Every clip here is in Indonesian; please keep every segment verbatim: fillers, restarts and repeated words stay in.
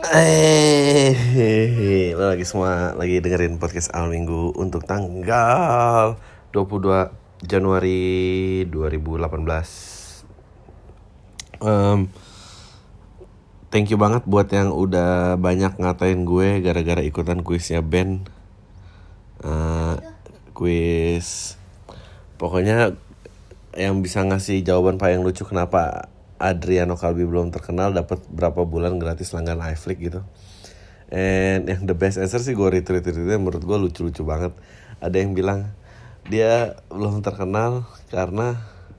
Eh, lo lagi semua lagi dengerin podcast awal minggu untuk tanggal dua puluh dua Januari dua ribu delapan belas. Um, thank you banget buat yang udah banyak ngatain gue gara-gara ikutan kuisnya Ben. Uh, kuis, pokoknya yang bisa ngasih jawaban paling lucu kenapa Adriano Calvi belum terkenal dapat berapa bulan gratis langganan iFlix gitu. And yang the best answer sih gue retweet-retweetnya menurut gue lucu-lucu banget. Ada yang bilang dia belum terkenal karena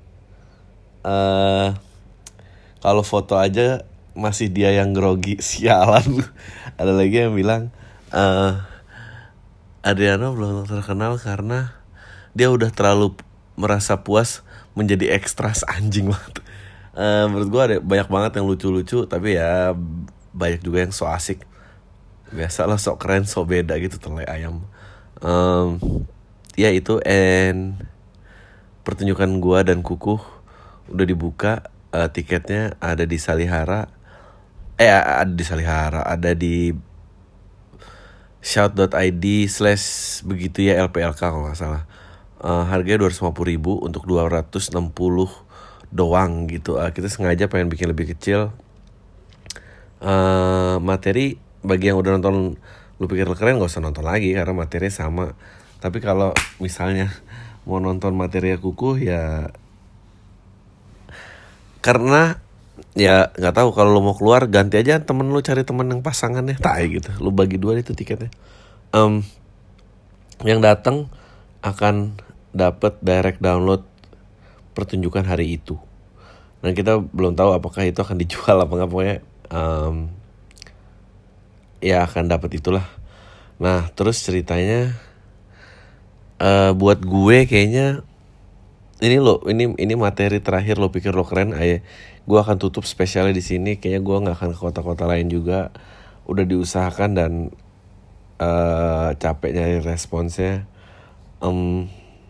uh, kalau foto aja masih dia yang grogi, sialan. Ada lagi yang bilang uh, Adriano belum terkenal karena dia udah terlalu merasa puas menjadi ekstras, anjing banget. Uh, menurut gue ada banyak banget yang lucu-lucu, tapi ya banyak juga yang so asik. Biasalah sok keren, sok beda gitu, telai ayam. Um, ya itu, and pertunjukan gue dan Kukuh udah dibuka. Uh, tiketnya ada di Salihara. Eh ada di Salihara, ada di shout.id slash begitu ya L P L K kalau gak salah. Uh, harganya dua ratus lima puluh ribu untuk dua ratus enam puluh doang gitu. Uh, kita sengaja pengen bikin lebih kecil. Uh, materi bagi yang udah nonton Lu Pikir Lu Keren gak usah nonton lagi karena materi sama. Tapi kalau misalnya mau nonton materi Kukuh ya, karena ya nggak tahu, kalau lu mau keluar ganti aja temen lu, cari temen yang pasangannya tai gitu, lu bagi dua itu tiketnya. Um, yang datang akan dapat direct download pertunjukan hari itu. Dan kita belum tahu apakah itu akan dijual apa nggak, pokoknya um, ya akan dapat itulah. Nah terus ceritanya uh, buat gue kayaknya ini lo ini ini materi terakhir Lu Pikir Lu Keren. Ayo, gue akan tutup spesialnya di sini. Kayaknya gue nggak akan ke kota-kota lain juga. Udah diusahakan dan uh, capek nyari responsnya. Um,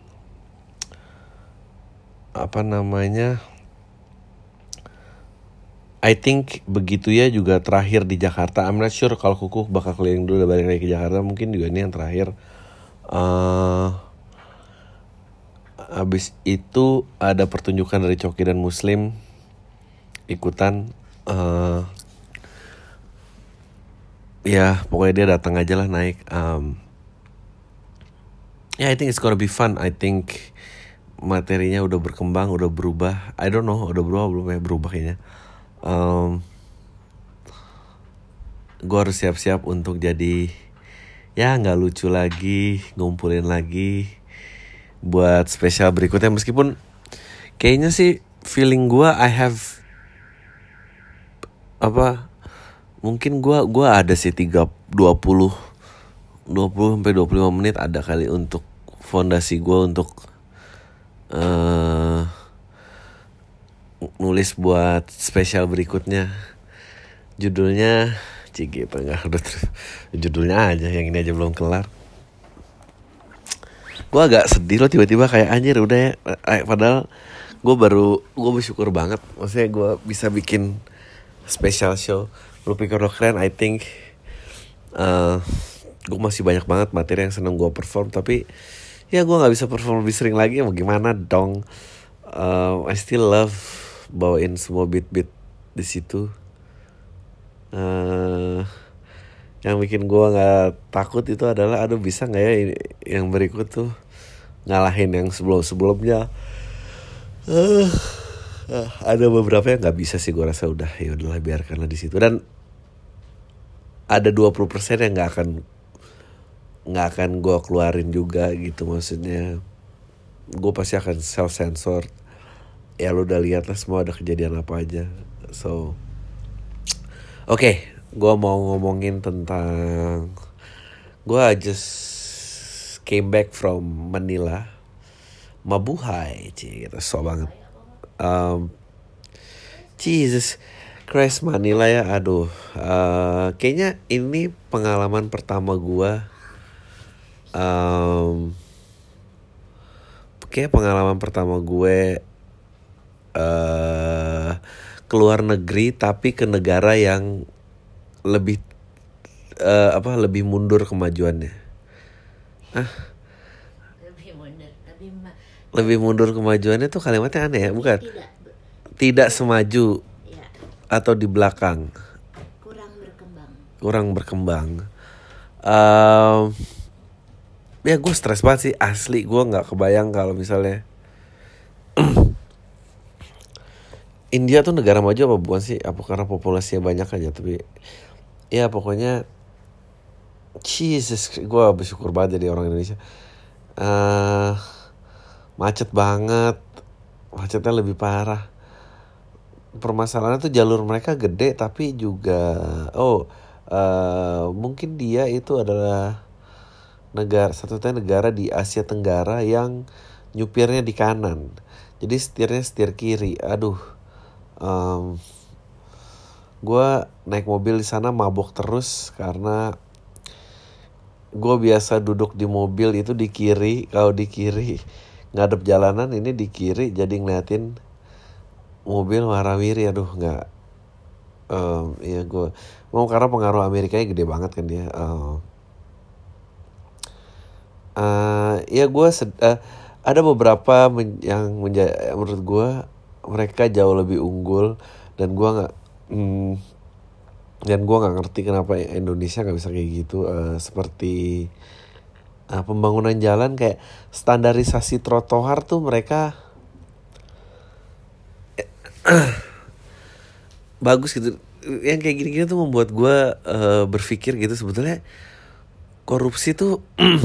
apa namanya? I think begitu ya juga terakhir di Jakarta. I'm not sure kalau Kukuh bakal keliling dulu dan balik lagi ke Jakarta. Mungkin juga ini yang terakhir. Uh, abis itu ada pertunjukan dari Coki dan Muslim ikutan. Uh, ya pokoknya dia datang aja lah, naik. Um, ya yeah, I think it's gonna be fun. I think materinya udah berkembang, udah berubah. I don't know, udah berubah belum ya, berubah kayaknya. Um, gue harus siap-siap untuk jadi ya nggak lucu lagi, ngumpulin lagi buat spesial berikutnya. Meskipun kayaknya sih feeling gue I have apa mungkin gue gue ada sih tiga dua puluh dua puluh sampai dua puluh lima menit ada kali untuk fondasi gue untuk uh, nulis buat spesial berikutnya. Judulnya cigi apa enggak, udah terus judulnya aja, yang ini aja belum kelar. Gue agak sedih loh, tiba-tiba kayak anjir udah ya. Padahal gue baru, gue bersyukur banget. Maksudnya gue bisa bikin special show Lu Pikir Lu Keren. I think uh, gue masih banyak banget materi yang seneng gue perform, tapi ya gue nggak bisa perform lebih sering lagi. Mau gimana dong? Uh, I still love bawain semua beat-beat di situ. Uh, yang bikin gue nggak takut itu adalah, aduh bisa nggak ya ini, yang berikut tuh ngalahin yang sebelum-sebelumnya. Uh, uh, ada beberapa yang nggak bisa sih, gue rasa udah ya udahlah biarkanlah di situ. Dan ada dua puluh persen yang nggak akan nggak akan gue keluarin juga gitu, maksudnya gue pasti akan self censor. Ya lu udah lihat lah semua ada kejadian apa aja. So oke, okay, gue mau ngomongin tentang gue just came back from Manila, Mabuhay, cie, gitu, so banget. Um, Jesus Christ, Manila ya, aduh. Uh, kayaknya ini pengalaman pertama gue. Um, kayak pengalaman pertama gue uh, keluar negeri, tapi ke negara yang lebih uh, apa lebih mundur kemajuannya. Ah, lebih mundur, lebih ma- lebih mundur kemajuannya tuh kalimatnya aneh ya, bukan? tidak Tidak semaju ya, atau di belakang, kurang berkembang. kurang berkembang. Um, ya gue stres banget sih asli, gue nggak kebayang kalau misalnya India tuh negara maju apa bukan sih? Apa karena populasinya banyak aja? Tapi ya pokoknya Jesus, gue bersyukur banget jadi orang Indonesia. uh, Macet banget, macetnya lebih parah. Permasalahannya tuh jalur mereka gede tapi juga oh uh, mungkin dia itu adalah negara satu-satunya negara di Asia Tenggara yang nyupirnya di kanan, jadi setirnya setir kiri. Aduh, um, gue naik mobil di sana mabok terus karena gue biasa duduk di mobil itu di kiri, kalau di kiri ngadep jalanan, ini di kiri jadi ngeliatin mobil warawiri. Aduh nggak, um, ya gue mau karena pengaruh Amerikanya gede banget kan dia. Uh, uh, ya gue sed- uh, ada beberapa men- yang menja- menurut gue mereka jauh lebih unggul dan gue nggak mm, dan gue nggak ngerti kenapa Indonesia nggak bisa kayak gitu. Uh, seperti uh, pembangunan jalan, kayak standarisasi trotoar tuh mereka bagus gitu. Yang kayak gini-gini tuh membuat gue uh, berpikir gitu, sebetulnya korupsi tuh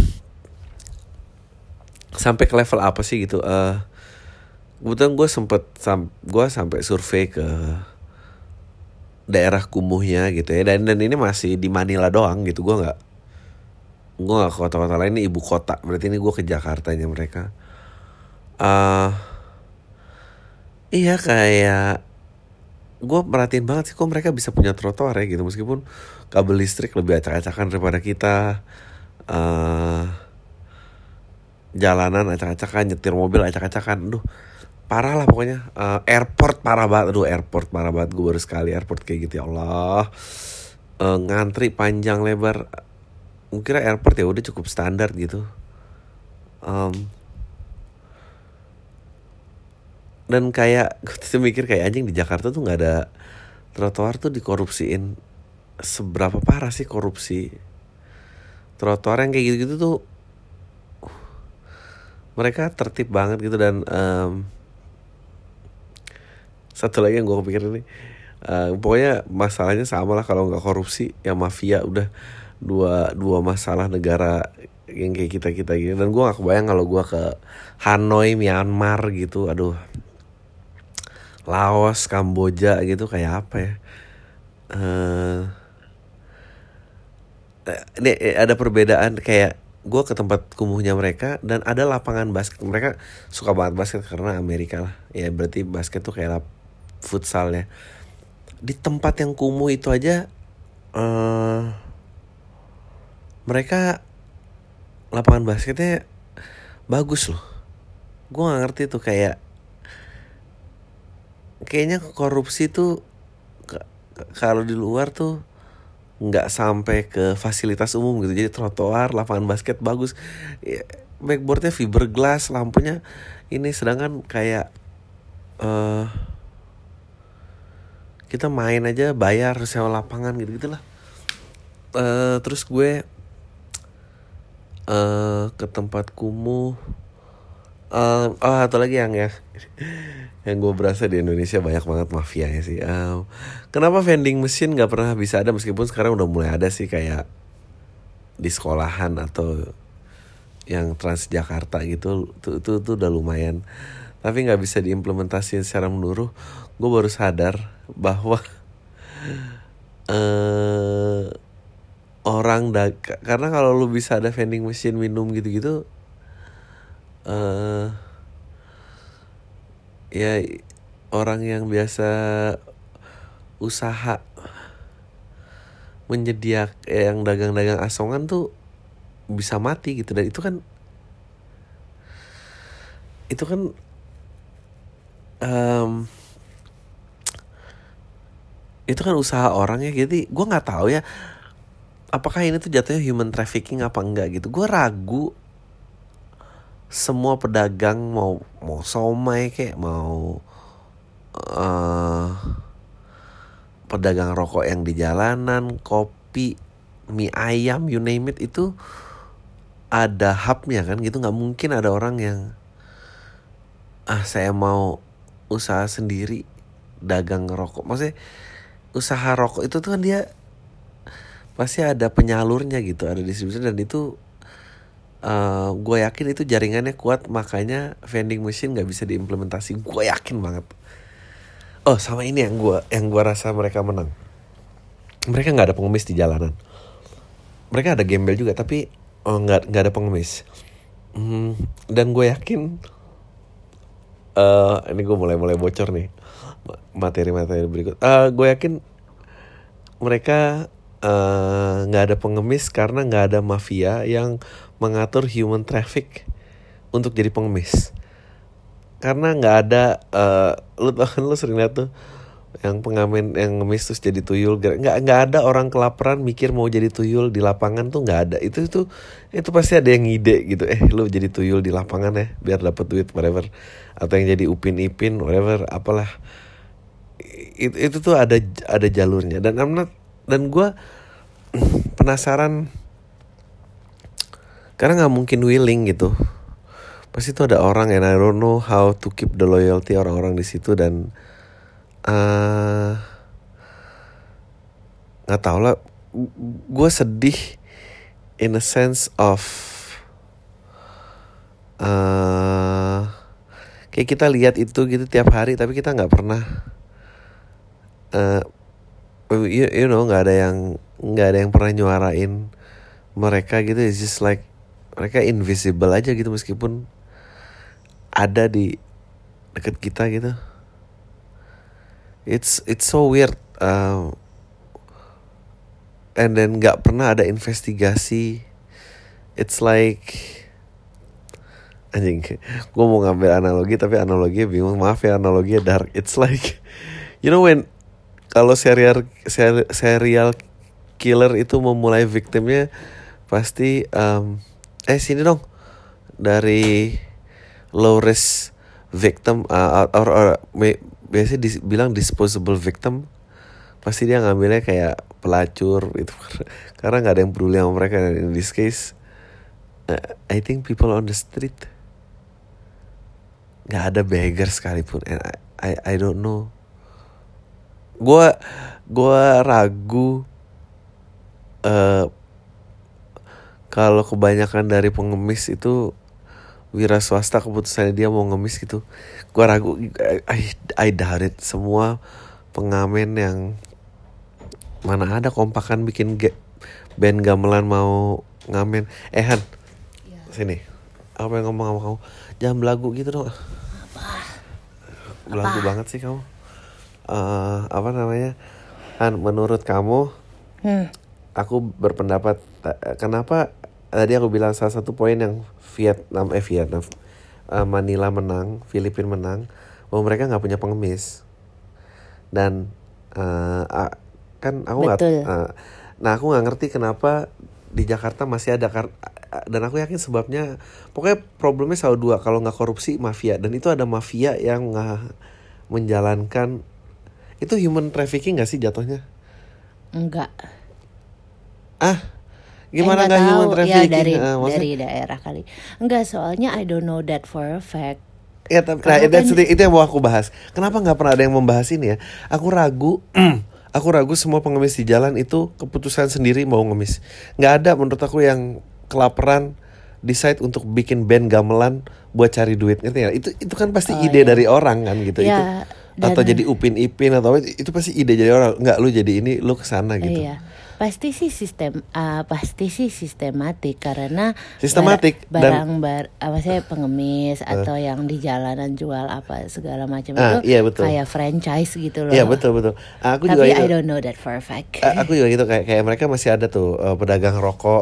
sampai ke level apa sih gitu. Uh, kebetulan gue sempet sam gue sampai survei ke daerah kumuhnya gitu ya, dan dan ini masih di Manila doang gitu. Gue nggak gue nggak ke kota-kota lain, ini ibu kota, berarti ini gue ke Jakartanya mereka. Uh, iya kayak gue perhatiin banget sih kok mereka bisa punya trotoar ya gitu, meskipun kabel listrik lebih acak-acakan daripada kita. Uh, jalanan acak-acakan, nyetir mobil acak-acakan, aduh parah lah pokoknya. Uh, airport parah banget, aduh airport parah banget. Gue baru sekali airport kayak gitu, ya Allah. Uh, ngantri panjang lebar. Mungkin airport ya udah cukup standar gitu. Um, dan kayak gue tuh mikir kayak anjing, di Jakarta tuh nggak ada trotoar tuh dikorupsiin. Seberapa parah sih korupsi trotoar yang kayak gitu-gitu tuh. Mereka tertib banget gitu. Dan um, satu lagi yang gue kepikir ini, uh, pokoknya masalahnya sama lah kalau nggak korupsi ya mafia. Udah dua dua masalah negara yang kayak kita kita gitu. Dan gue nggak kebayang kalau gue ke Hanoi, Myanmar gitu, aduh, Laos, Kamboja gitu kayak apa ya. Uh, ini ada perbedaan, kayak gue ke tempat kumuhnya mereka dan ada lapangan basket. Mereka suka banget basket karena Amerika lah ya, berarti basket tuh kayak futsal ya. Di tempat yang kumuh itu aja uh, mereka lapangan basketnya bagus loh. Gue nggak ngerti tuh, kayak kayaknya korupsi tuh k- k- kalau di luar tuh nggak sampai ke fasilitas umum gitu. Jadi trotoar, lapangan basket bagus ya, backboardnya fiberglass, lampunya ini. Sedangkan kayak uh, kita main aja bayar sewa lapangan gitu gitulah. Uh, terus gue uh, ke tempat kumuh. Uh, oh atau lagi yang ya yang gue berasa di Indonesia banyak banget mafianya sih. Uh, kenapa vending machine nggak pernah bisa ada, meskipun sekarang udah mulai ada sih, kayak di sekolahan atau yang Transjakarta gitu, tuh tuh, tuh udah lumayan. Tapi nggak bisa diimplementasikan secara menyeluruh. Gue baru sadar bahwa uh, orang dah, karena kalau lu bisa ada vending machine minum gitu-gitu, uh, ya orang yang biasa usaha menyediakan yang dagang-dagang asongan tuh bisa mati gitu. Dan itu kan itu kan um, itu kan usaha orang ya. Jadi gue nggak tahu ya apakah ini tuh jatuhnya human trafficking apa enggak gitu. Gue ragu semua pedagang mau mau somai kayak mau uh, pedagang rokok yang di jalanan, kopi, mie ayam, you name it, itu ada hubnya kan gitu. Nggak mungkin ada orang yang ah saya mau usaha sendiri dagang rokok. Maksudnya usaha rokok itu tuh kan dia pasti ada penyalurnya gitu, ada distribusi, dan itu uh, gue yakin itu jaringannya kuat, makanya vending machine nggak bisa diimplementasi. Gue yakin banget. Oh, sama ini yang gue yang gue rasa mereka menang. Mereka nggak ada pengemis di jalanan. Mereka ada gembel juga, tapi oh, nggak nggak ada pengemis. Hmm, dan gue yakin, uh, ini gue mulai mulai bocor nih materi-materi berikut. Uh, gue yakin mereka nggak uh, ada pengemis karena nggak ada mafia yang mengatur human traffic untuk jadi pengemis. Karena nggak ada, uh, lu tau kan, lu sering lihat tuh yang pengamen yang ngemis terus jadi tuyul. Nggak nggak ada orang kelaparan mikir mau jadi tuyul di lapangan tuh, nggak ada. Itu itu itu pasti ada yang ngide gitu. Eh lu jadi tuyul di lapangan ya biar dapat duit whatever, atau yang jadi upin ipin whatever, apalah. Itu itu tuh ada ada jalurnya. Dan I'm not, dan gue penasaran karena nggak mungkin willing gitu. Pasti itu ada orang, and I don't know how to keep the loyalty orang-orang di situ. Dan nggak uh, tau lah, gue sedih in a sense of uh, kayak kita lihat itu gitu tiap hari, tapi kita nggak pernah uh, you, you know nggak ada yang nggak ada yang pernah nyuarain mereka gitu. It's just like mereka invisible aja gitu, meskipun ada di dekat kita gitu. It's it's so weird. Uh, and then nggak pernah ada investigasi. It's like, anjing, gue mau ngambil analogi tapi analoginya bingung. Maaf ya, analoginya dark. It's like, you know when kalau serial ser, serial killer itu memulai victimnya pasti um, eh sini dong dari low risk victim, uh, or, or biasanya dibilang disposable victim, pasti dia ngambilnya kayak pelacur itu karena nggak ada yang peduli sama mereka. In this case, uh, I think people on the street, nggak ada beggar sekalipun. And I I, I don't know. Gue gue ragu uh, kalau kebanyakan dari pengemis itu wira swasta, keputusannya dia mau ngemis gitu. Gue ragu. I, I doubt it. Semua pengamen yang mana ada kompakan bikin ge- band gamelan mau ngamen. Eh Han, ya. Sini. Apa yang ngomong sama kamu? Jangan belagu gitu dong. Apa? Belagu Apa? banget sih kamu. Uh, apa namanya? Han, menurut kamu, hmm. aku berpendapat, kenapa tadi aku bilang salah satu poin yang Vietnam eh Vietnam uh, Manila menang, Filipina menang, bahwa mereka nggak punya pengemis. Dan uh, uh, kan aku nggak, uh, nah aku nggak ngerti kenapa di Jakarta masih ada, kar- dan aku yakin sebabnya, pokoknya problemnya selalu dua, kalau nggak korupsi mafia, dan itu ada mafia yang nggak menjalankan. Itu human trafficking nggak sih jatuhnya? Enggak. Ah, gimana eh, nggak human trafficking? Ya dari uh, dari daerah kali. Enggak, soalnya I don't know that for a fact. Ya, tapi nah, kan, itu, itu yang mau aku bahas. Kenapa nggak pernah ada yang membahas ini ya? Aku ragu, aku ragu semua pengemis di jalan itu keputusan sendiri mau ngemis. Nggak ada menurut aku yang kelaparan decide untuk bikin band gamelan buat cari duit, ngerti ya? Itu itu kan pasti oh, ide iya. dari orang kan gitu. Ya, itu dan, atau jadi upin ipin atau itu pasti ide dari orang. Nggak, lu jadi ini, lu kesana gitu. Iya. Pasti sih sistem, uh, pasti sih sistematik karena sistematik bar, barang bar, apa sih pengemis uh, atau yang di jalanan jual apa segala macam uh, itu iya, kayak franchise gitu loh. Iya betul betul. Aku Tapi juga I itu, don't know that for a fact. Uh, aku juga gitu, kayak kayak mereka masih ada tuh uh, pedagang rokok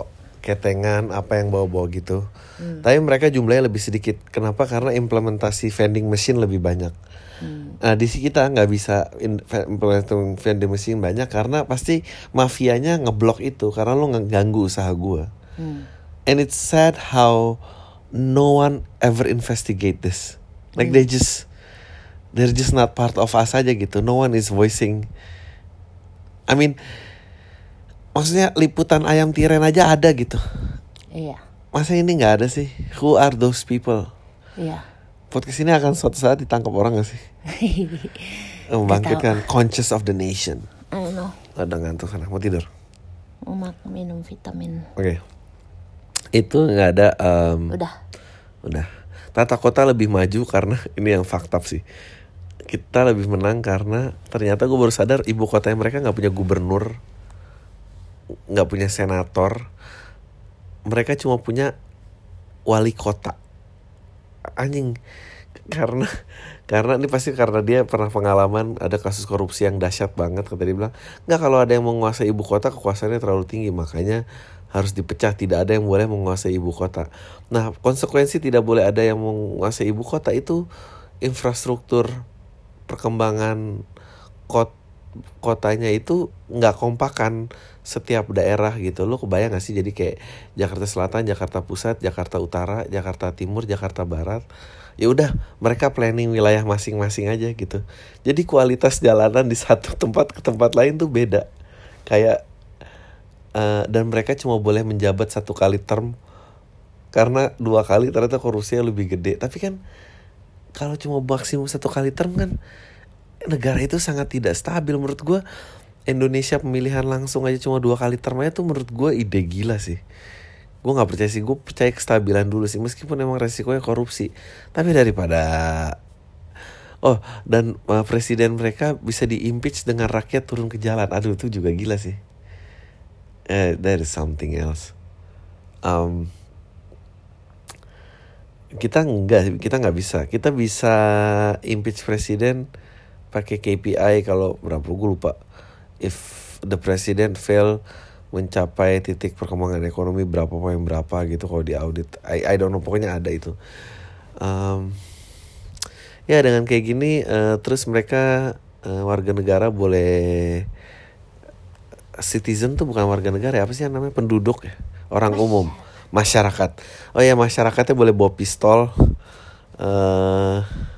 ketengan apa yang bawa-bawa gitu. Hmm. Tapi mereka jumlahnya lebih sedikit. Kenapa? Karena implementasi vending machine lebih banyak. Hmm. Nah di sini kita nggak bisa implementasi vending machine banyak karena pasti mafianya ngeblok itu karena lo ngeganggu usaha gue. Hmm. And it's sad how no one ever investigate this. Like hmm. they just they're just not part of us aja gitu. No one is voicing. I mean, maksudnya liputan ayam tiren aja ada gitu. Iya. Masa ini nggak ada sih? Who are those people? Iya. Podcast ini akan suatu saat ditangkap orang gak sih? Membangkitkan conscious of the nation. I don't know. Ada ngantuk sana, mau tidur? Mau minum vitamin. Oke. Okay. Itu nggak ada. Um, Udah. Udah. Tata kota lebih maju karena ini yang fakta sih. Kita lebih menang karena ternyata gue baru sadar ibu kotanya mereka nggak punya gubernur, nggak punya senator, mereka cuma punya wali kota. Anjing. Karena karena ini pasti karena dia pernah pengalaman ada kasus korupsi yang dahsyat banget. Kata dia bilang, nggak, kalau ada yang menguasai ibu kota kekuasaannya terlalu tinggi, makanya harus dipecah. Tidak ada yang boleh menguasai ibu kota. Nah konsekuensi tidak boleh ada yang menguasai ibu kota itu infrastruktur perkembangan kot kotanya itu nggak kompakan setiap daerah gitu. Lo kebayang gak sih jadi kayak Jakarta Selatan, Jakarta Pusat, Jakarta Utara, Jakarta Timur, Jakarta Barat. Ya udah mereka planning wilayah masing-masing aja gitu. Jadi kualitas jalanan di satu tempat ke tempat lain tuh beda. Kayak uh, dan mereka cuma boleh menjabat satu kali term karena dua kali ternyata korupsinya lebih gede. Tapi kan kalau cuma maksimum satu kali term kan negara itu sangat tidak stabil. Menurut gue Indonesia pemilihan langsung aja cuma dua kali term aja tuh menurut gue ide gila sih. Gue gak percaya sih, gue percaya kestabilan dulu sih. Meskipun emang resikonya korupsi. Tapi daripada oh dan uh, presiden mereka bisa di-impeach dengan rakyat turun ke jalan. Aduh itu juga gila sih. eh, That is something else. um, Kita enggak, kita nggak bisa. Kita bisa impeach presiden pakai K P I kalau berapa, gue lupa. If the president fail mencapai titik perkembangan ekonomi berapa poin berapa gitu kalau di audit. I I don't know, pokoknya ada itu. Um, ya dengan kayak gini uh, terus mereka uh, warga negara boleh, citizen tuh bukan warga negara ya, apa sih yang namanya, penduduk ya, orang umum. Masyarakat. Oh ya, masyarakatnya boleh bawa pistol. Uh,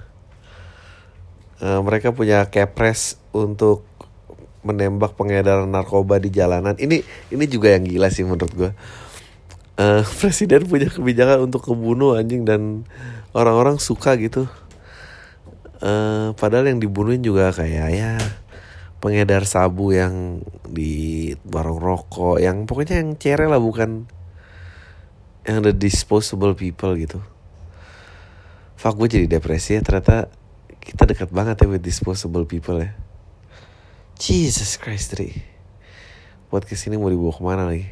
uh, mereka punya kepres untuk menembak pengedaran narkoba di jalanan. Ini ini juga yang gila sih menurut gue. Uh, presiden punya kebijakan untuk ngebunuh anjing dan orang-orang suka gitu. Uh, padahal yang dibunuhin juga kayak ya pengedar sabu yang di warung rokok, yang pokoknya yang cere lah, bukan yang the disposable people gitu. Fuck, gue jadi depresi ya. Ternyata kita dekat banget ya with disposable people ya. Jesus Christ, Tri. Podcast ini mau dibawa kemana lagi?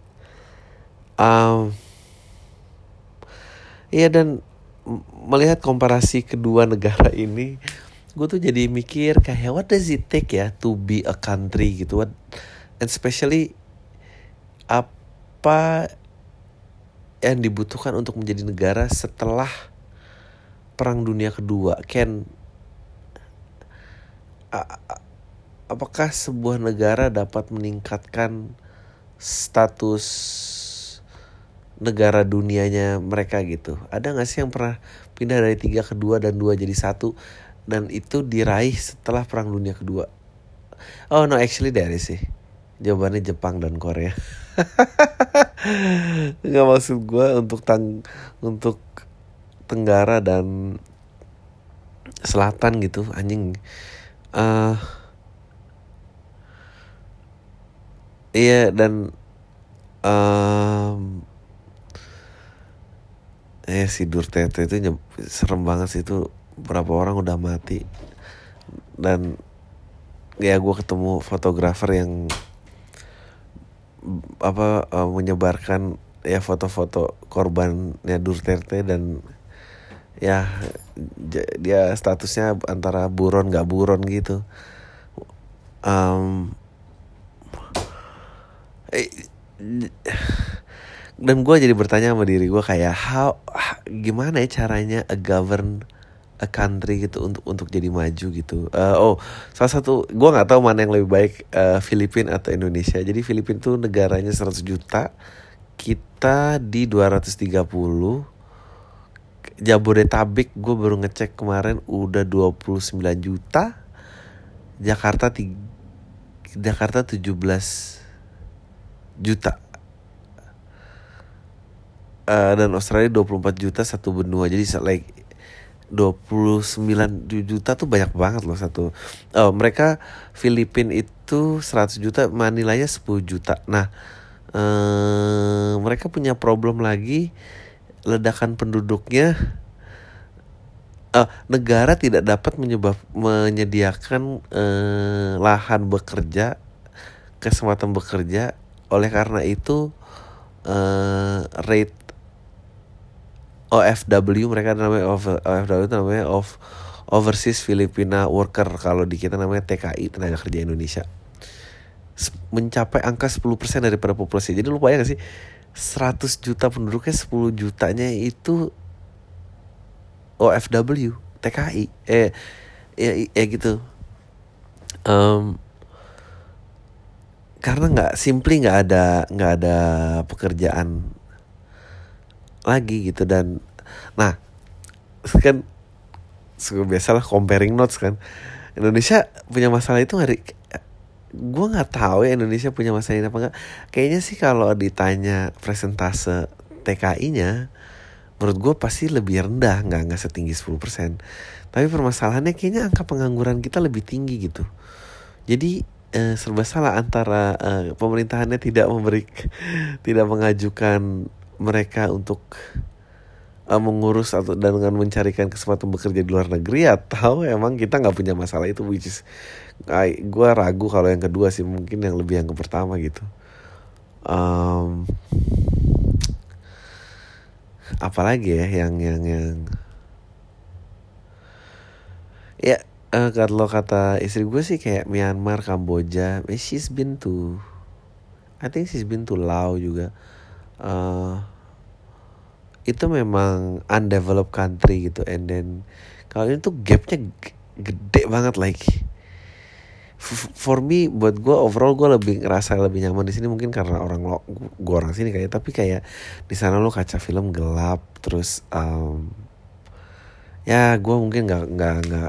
Um, Iya, dan melihat komparasi kedua negara ini, gue tuh jadi mikir kayak what does it take ya to be a country gitu. What, and especially apa yang dibutuhkan untuk menjadi negara setelah Perang Dunia Kedua. Ken, a- a- apakah sebuah negara dapat meningkatkan status negara dunianya mereka gitu? Ada gak sih yang pernah pindah dari tiga ke dua dan dua jadi satu, dan itu diraih setelah Perang Dunia Kedua? Oh no, actually dari sih. Jawabannya Jepang dan Korea. Nggak, maksud gue untuk tang untuk Tenggara dan Selatan gitu, anjing. Uh, iya dan um, eh si Duterte itu nye- serem banget sih itu. Berapa orang udah mati. Dan ya gue ketemu fotografer yang apa uh, menyebarkan ya foto-foto korbannya Duterte, dan ya j- dia statusnya antara buron gak buron gitu. Um, eh, dan gue jadi bertanya sama diri gue kayak how gimana ya caranya a govern a country gitu untuk untuk jadi maju gitu. Uh, oh salah satu gue nggak tahu mana yang lebih baik, uh, Filipina atau Indonesia. Jadi Filipina tuh negaranya seratus juta, kita di dua ratus tiga puluh. Jabodetabek gue baru ngecek kemarin udah dua puluh sembilan juta. Jakarta tiga, Jakarta tujuh belas juta. Uh, dan Australia dua puluh empat juta satu benua. Jadi like dua puluh sembilan juta tuh banyak banget loh satu. Oh, mereka Filipina itu seratus juta, Manilanya sepuluh juta. Nah, uh, mereka punya problem lagi, ledakan penduduknya. Uh, negara tidak dapat menyebab, menyediakan uh, lahan bekerja, kesempatan bekerja. Oleh karena itu uh, rate O F W, mereka namanya O F W itu namanya of Overseas Filipina Worker, kalau di kita namanya T K I, tenaga kerja Indonesia, mencapai angka sepuluh persen daripada populasi. Jadi lu bayang gak sih, seratus juta penduduknya sepuluh jutanya itu O F W, T K I, eh ya, ya gitu. Um, karena nggak, simply nggak ada nggak ada pekerjaan lagi gitu. Dan nah kan biasalah comparing notes kan, Indonesia punya masalah itu nggak? Gue nggak tahu ya Indonesia punya masalah ini apa enggak. Kayaknya sih kalau ditanya presentase T K I-nya, menurut gue pasti lebih rendah, nggak nggak setinggi sepuluh persen. Tapi permasalahannya kayaknya angka pengangguran kita lebih tinggi gitu. Jadi eh, serba salah antara eh, pemerintahannya tidak memberi, tidak mengajukan mereka untuk uh, mengurus atau dan dengan mencarikan kesempatan bekerja di luar negeri, atau emang kita nggak punya masalah itu, which is gue ragu kalau yang kedua sih, mungkin yang lebih yang ke pertama gitu. Um, apalagi ya yang yang yang ya uh, kalau kata istri gue sih kayak Myanmar, Kamboja, eh, she's been to, I think she's been to Laos juga. Uh, itu memang undeveloped country gitu, and then kalau ini tuh gapnya g- gede banget like. F- for me, buat gue overall gue lebih ngerasa lebih nyaman di sini, mungkin karena orang lo, gue orang sini kayak, tapi kayak di sana lo kaca film gelap, terus um, ya gue mungkin nggak nggak nggak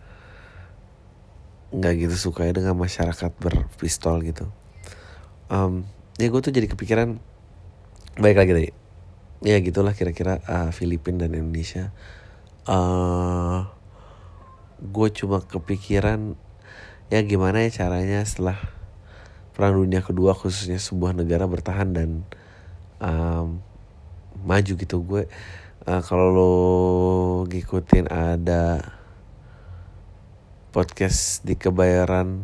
nggak gitu suka ya dengan masyarakat berpistol gitu. Um, ya gue tuh jadi kepikiran. Baik lagi tadi, ya gitulah kira-kira uh, Filipina dan Indonesia. Uh, gue cuma kepikiran ya gimana ya caranya setelah Perang Dunia Kedua, khususnya sebuah negara bertahan dan um, maju gitu. Gue uh, kalau lo ngikutin ada podcast di Kebayoran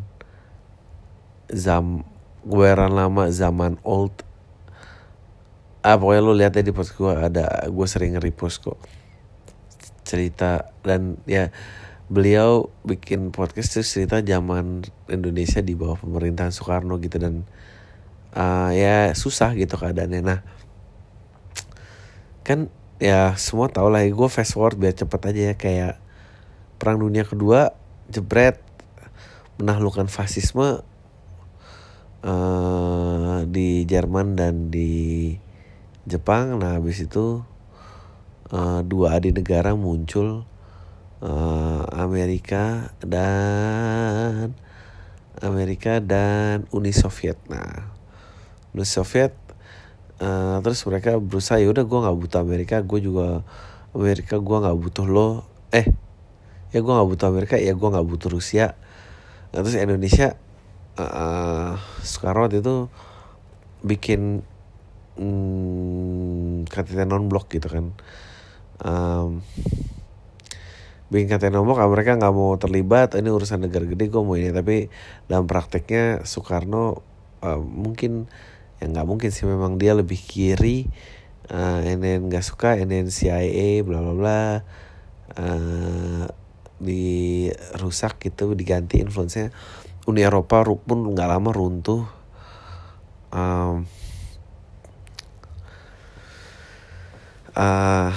Zam Kebayoran Lama Zaman Old. Ah pokoknya lu lihat ya di post gue ada, gue sering nge-repost kok cerita, dan ya beliau bikin podcast terus cerita zaman Indonesia di bawah pemerintahan Soekarno gitu, dan uh, ya susah gitu keadaannya. Nah kan ya semua tau lah ya, gue fast forward biar cepet aja ya, kayak Perang Dunia Kedua jebret menaklukkan fasisme uh, di Jerman dan di Jepang. Nah habis itu uh, dua adik negara muncul, uh, Amerika dan Amerika dan Uni Soviet. Nah Uni Soviet uh, terus mereka berusaha, ya udah gue nggak butuh Amerika, gue juga Amerika gue nggak butuh lo, eh ya gue nggak butuh Amerika, ya gue nggak butuh Rusia. Nah, terus Indonesia uh, Soekarno waktu itu bikin Hmm, K T T non-blok gitu kan, um, bikin K T T non-blok, mereka nggak mau terlibat, ini urusan negara gede, gue mau ini. Tapi dalam prakteknya Soekarno uh, mungkin ya nggak mungkin sih, memang dia lebih kiri, uh, and then nggak suka, and then C I A bla bla bla uh, dirusak gitu, diganti influence-nya. Uni Eropa pun nggak lama runtuh. um,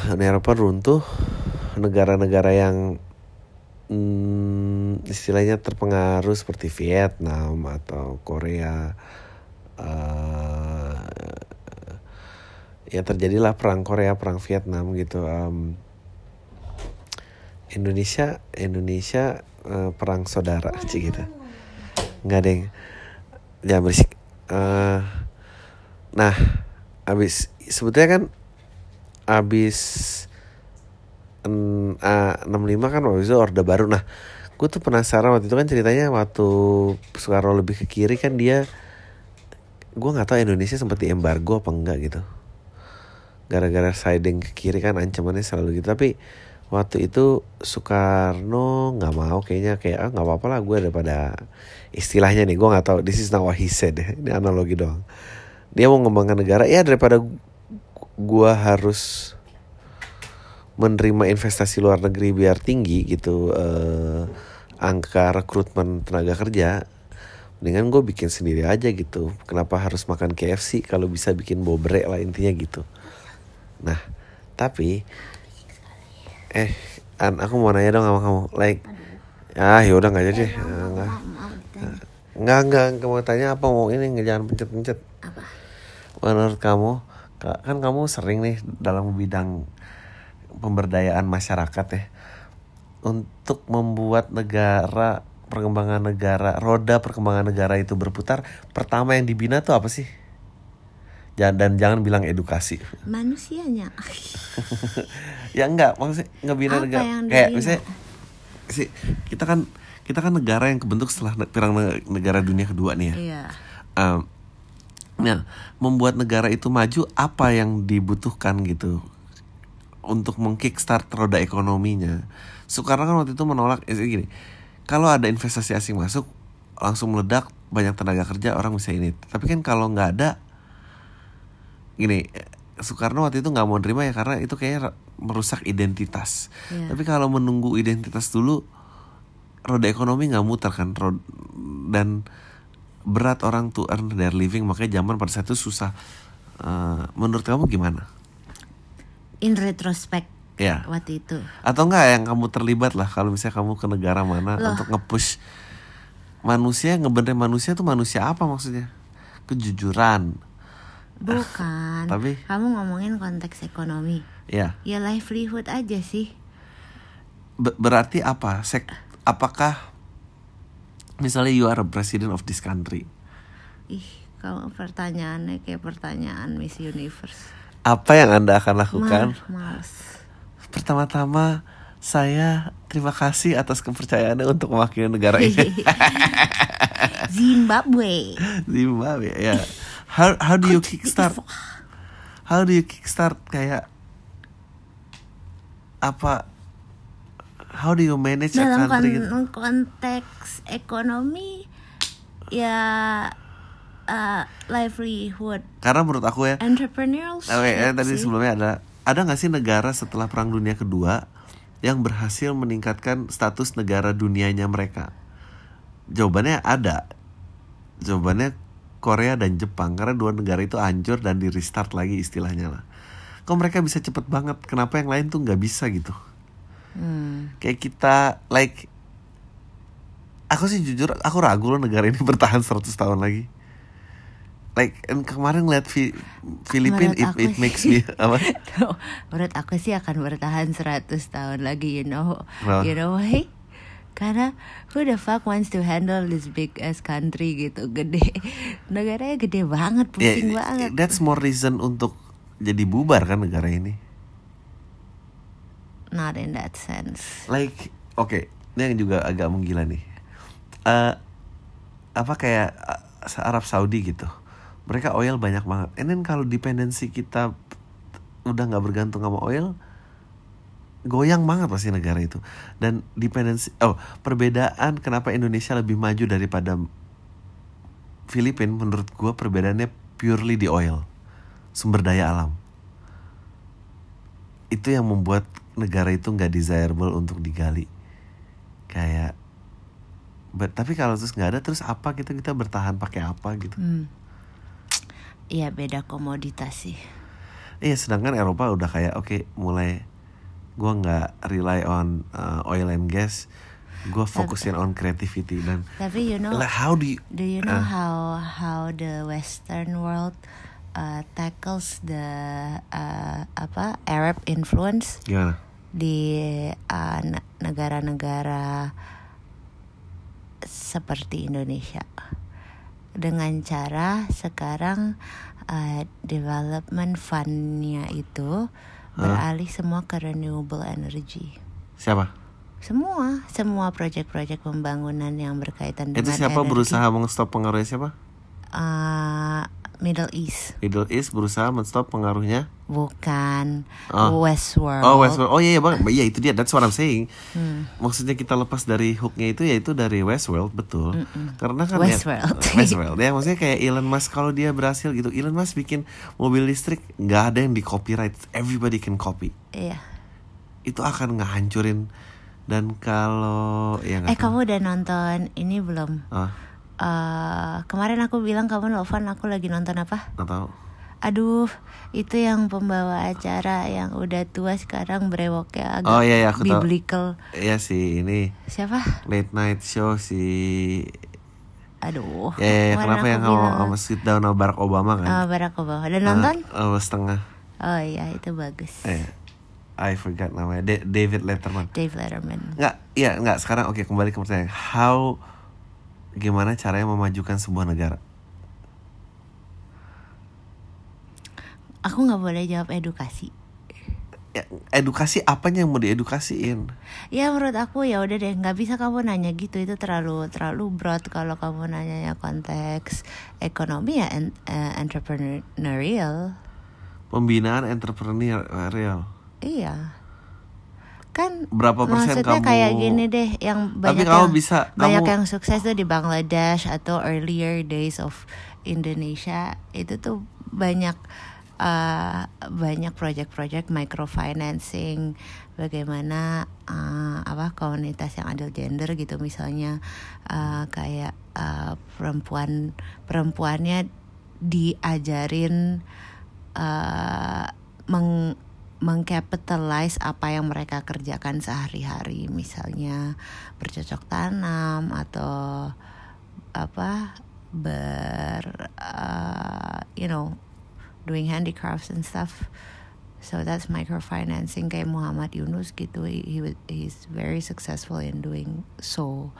Uni Eropa runtuh, negara-negara yang hmm, istilahnya terpengaruh seperti Vietnam atau Korea, uh, ya terjadilah perang Korea, perang Vietnam gitu. Um, Indonesia, Indonesia uh, perang saudara sih gitu. Nggak deng, jangan berisik. Uh, nah, abis sebetulnya kan abis en, uh, enam puluh lima kan waktu itu Orde Baru. Nah, gue tuh penasaran waktu itu kan ceritanya waktu Soekarno lebih ke kiri kan dia, gue nggak tahu Indonesia sempat diembargo apa enggak gitu. Gara-gara siding ke kiri kan ancamannya selalu gitu. Tapi waktu itu Soekarno nggak mau kayaknya, kayak ah nggak apa-apa lah gue daripada istilahnya nih, gue nggak tahu, this is not what he said ya, ini analogi doang. Dia mau ngembangkan negara, ya daripada gue harus menerima investasi luar negeri biar tinggi gitu eh, angka rekrutmen tenaga kerja, mendingan gue bikin sendiri aja gitu. Kenapa harus makan K F C kalau bisa bikin bobrek lah, intinya gitu. Nah tapi eh An, aku mau nanya dong sama kamu, like ah yaudah nggak jadi, nggak nggak nggak kamu tanya apa, mau ini jangan pencet-pencet. Apa? Menurut kamu, kan kamu sering nih dalam bidang pemberdayaan masyarakat ya, untuk membuat negara, perkembangan negara, roda perkembangan negara itu berputar, pertama yang dibina tuh apa sih? Dan jangan bilang edukasi. Manusianya. Ya enggak, maksudnya ngebina negara. Kayak misalnya sih, kita kan kita kan negara yang kebentuk setelah perang negara dunia kedua nih ya. Iya. Um, nah, membuat negara itu maju, apa yang dibutuhkan gitu untuk mengkickstart roda ekonominya? Soekarno kan waktu itu menolak, eh, gini, kalau ada investasi asing masuk langsung meledak, banyak tenaga kerja, orang bisa ini. Tapi kan kalau nggak ada, gini, Soekarno waktu itu nggak mau nerima ya karena itu kayaknya merusak identitas. Yeah. Tapi kalau menunggu identitas dulu, roda ekonomi nggak muter kan, Rod- dan berat orang to earn their living, makanya zaman pada saat itu susah. Uh, menurut kamu gimana? In retrospect, ya. Waktu itu. Atau enggak yang kamu terlibat lah, kalau misalnya kamu ke negara mana Loh. Untuk nge-push manusia, ngebenerin manusia tuh manusia apa maksudnya? Kejujuran. Bukan. Tapi kamu ngomongin konteks ekonomi. Ya. Ya livelihood aja sih. Be- berarti apa? Sek- apakah misalnya you are a president of this country? Ih, kamu pertanyaannya kayak pertanyaan Miss Universe. Apa yang Anda akan lakukan? Mal, males. Pertama-tama saya terima kasih atas kepercayaannya untuk mewakili negara ini. Zimbabwe. Zimbabwe ya. How how do you kickstart? How do you kickstart kayak apa? How do you manage dalam a country? Dalam kon- konteks ekonomi ya uh, livelihood. Karena menurut aku ya. Entrepreneurship. Oke, okay, tadi sebelumnya ada ada nggak sih negara setelah Perang Dunia Kedua yang berhasil meningkatkan status negara dunianya mereka? Jawabannya ada. Jawabannya Korea dan Jepang, karena dua negara itu hancur dan di restart lagi istilahnya lah. Kok mereka bisa cepet banget? Kenapa yang lain tuh nggak bisa gitu? Hmm. Kayak kita, like, aku sih jujur, aku ragu loh negara ini bertahan seratus tahun lagi. Like, kemarin ngeliat fi- Filipina, it, it makes me apa? No, menurut aku sih akan bertahan seratus tahun lagi, you know, no. you know why? Karena who the fuck wants to handle this big ass country gitu, gede, negaranya gede banget, pusing yeah, banget. That's more reason untuk jadi bubar kan negara ini. Not in that sense. Like, oke, okay, ini yang juga agak menggila nih. Uh, apa kayak uh, Arab Saudi gitu, mereka oil banyak banget. And then kalau dependensi kita udah nggak bergantung sama oil, goyang banget pasti negara itu. Dan dependensi, oh perbedaan kenapa Indonesia lebih maju daripada Filipina, menurut gue perbedaannya purely di oil, sumber daya alam. Itu yang membuat negara itu nggak desirable untuk digali. Kayak, but, tapi kalau terus nggak ada, terus apa kita kita bertahan pakai apa gitu? Iya hmm. beda komoditas sih. Iya, sedangkan Eropa udah kayak oke okay, mulai gue nggak rely on uh, oil and gas, gue fokusin on creativity dan. Tapi you know, like how do you, do you know uh, how how the Western world uh, tackles the uh, apa Arab influence gimana? Di uh, negara-negara seperti Indonesia dengan cara sekarang uh, development fund-nya itu beralih huh? semua ke renewable energy. Siapa? Semua, semua proyek-proyek pembangunan yang berkaitan dengan itu siapa energi. Berusaha mengstop pengaruhnya siapa? Uh, Middle East. Middle East berusaha menstop pengaruhnya? Bukan. Oh. Westworld. Oh, Westworld. Oh iya iya bang, iya itu dia. That's what I'm saying. Hmm. Maksudnya kita lepas dari hooknya itu, yaitu dari Westworld, betul. Mm-mm. Karena kan Westworld. Ya, Westworld. Ya maksudnya kayak Elon Musk kalau dia berhasil gitu. Elon Musk bikin mobil listrik, nggak ada yang di copyright. Everybody can copy. Iya. Itu akan ngehancurin. Dan kalau ya Eh kamu udah nonton ini belum? Ah. Uh, kemarin aku bilang kamu nelfon aku lagi nonton apa? Nggak tahu. Aduh, itu yang pembawa acara yang udah tua sekarang brewoknya agak oh, iya, iya, aku biblical. Iya sih ini. Siapa? Late Night Show si. Aduh. Ya, ya, ya kenapa yang sama sit down sama Barack Obama kan? Uh, Barack Obama. Udah nonton? Uh, uh, setengah. Oh iya itu bagus. Eh, I forgot namanya. Da- David Letterman. David Letterman. Nggak, iya nggak. Sekarang oke okay, kembali ke pertanyaan. How gimana caranya memajukan sebuah negara? Aku nggak boleh jawab edukasi. Ya, edukasi apanya yang mau diedukasiin? Ya menurut aku ya udah deh, nggak bisa kamu nanya gitu, itu terlalu terlalu broad. Kalau kamu nanyanya konteks ekonomi ya en, uh, entrepreneurial. Pembinaan entrepreneurial. Iya. Kan berapa persen maksudnya kamu kayak gini deh, yang banyak tapi kamu yang bisa, banyak kamu... yang sukses tuh di Bangladesh atau earlier days of Indonesia, itu tuh banyak uh, banyak project-project microfinancing, bagaimana uh, apa komunitas yang adil gender gitu misalnya, uh, kayak uh, perempuan perempuannya diajarin uh, meng mengcapitalize apa yang mereka kerjakan sehari-hari, misalnya bercocok tanam atau apa ber uh, you know doing handicrafts and stuff. So that's microfinancing, kayak Muhammad Yunus gitu. He, he he's very successful in doing so.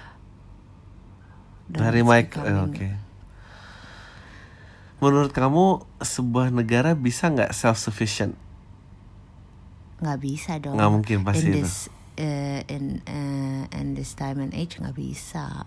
Dari Mike, eh, oke. Okay. Menurut kamu sebuah negara bisa nggak self sufficient? Nggak bisa dong. Nggak mungkin pasti in itu. This, uh, in uh, in this time and age nggak bisa.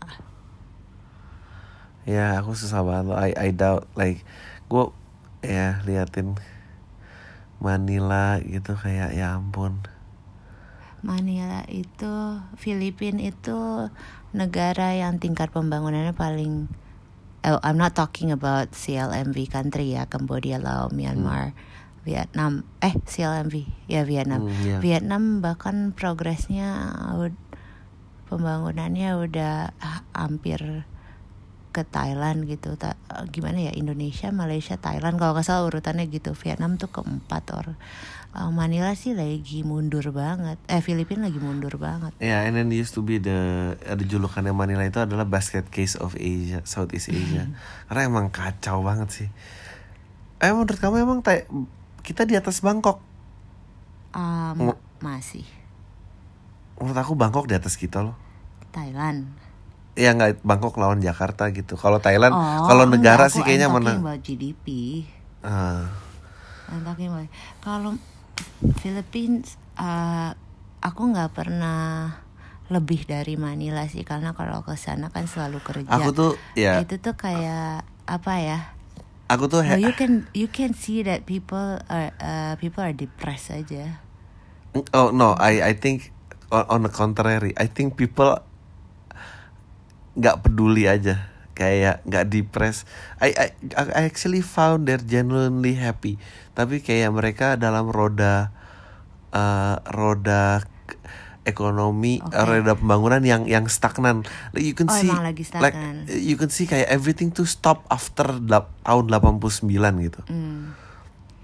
Ya aku susah banget. I I doubt like gue ya liatin Manila gitu kayak ya ampun. Manila itu Filipina itu negara yang tingkat pembangunannya paling. Oh, I'm not talking about C L M V country ya, Cambodia, Laos, Myanmar. Hmm. Vietnam, eh C L M V, ya Vietnam. Mm, yeah. Vietnam bahkan progresnya, pembangunannya udah hampir ke Thailand gitu. Ta- gimana ya, Indonesia, Malaysia, Thailand kalau nggak salah urutannya gitu. Vietnam tuh keempat or. Uh, Manila sih lagi mundur banget. Eh Filipina lagi mundur banget. Ya, yeah, and then used to be the ada julukannya Manila itu adalah basket case of Asia, Southeast Asia. Karena emang kacau banget sih. Eh menurut kamu emang tay- kita di atas Bangkok? Um, M- masih. Menurut aku Bangkok di atas kita loh. Thailand. Ya nggak, Bangkok lawan Jakarta gitu. Kalau Thailand, oh, kalau negara enggak, sih kayaknya menang. I'm talking about G D P. Ah. I'm talking about. Kalau Philippines, uh, aku nggak pernah lebih dari Manila sih, karena kalau ke sana kan selalu kerja. Aku tuh ya. Itu tuh kayak apa ya? Aku tuh he- no, you can you can see that people are uh, people are depressed aja. Oh no, I I think on, on the contrary, I think people nggak peduli aja, kayak nggak depressed. I, I I actually found they're genuinely happy. Tapi kayak mereka dalam roda uh, roda ekonomi, okay. roda pembangunan yang yang stagnan. Like you can oh, see, emang lagi stagnan. like you can see kayak everything to stop after delap, tahun delapan puluh sembilan gitu. Mm.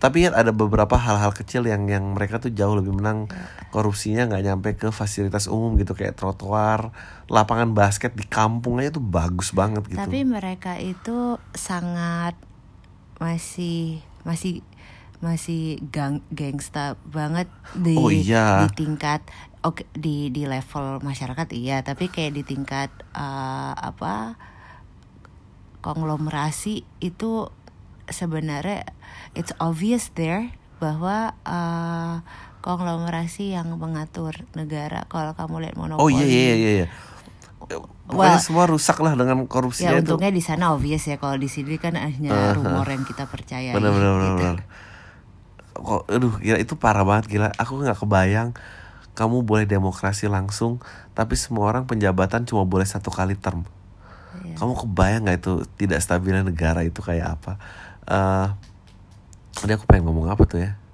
tapi kan ada beberapa hal-hal kecil yang yang mereka tuh jauh lebih menang korupsinya, nggak nyampe ke fasilitas umum gitu kayak trotoar, lapangan basket di kampung aja tuh bagus banget gitu. Tapi mereka itu sangat masih masih masih gang gangsta banget di Oh iya. di tingkat oke di di level masyarakat iya, tapi kayak di tingkat uh, apa konglomerasi itu sebenarnya it's obvious there bahwa uh, konglomerasi yang mengatur negara. Kalau kamu lihat monopoli. Oh iya iya iya iya. Pokoknya well, semua rusak lah dengan korupsinya ya, itu. untungnya di sana obvious ya, kalau di sini kan hanya uh-huh. rumor yang kita percaya. Benar-benar gitu. benar. Kok aduh gila itu parah banget gila. Aku nggak kebayang kamu boleh demokrasi langsung tapi semua orang penjabatan cuma boleh satu kali term. Yeah. Kamu kebayang nggak itu tidak stabilnya negara itu kayak apa? Uh, tadi aku pengen ngomong apa tuh ya?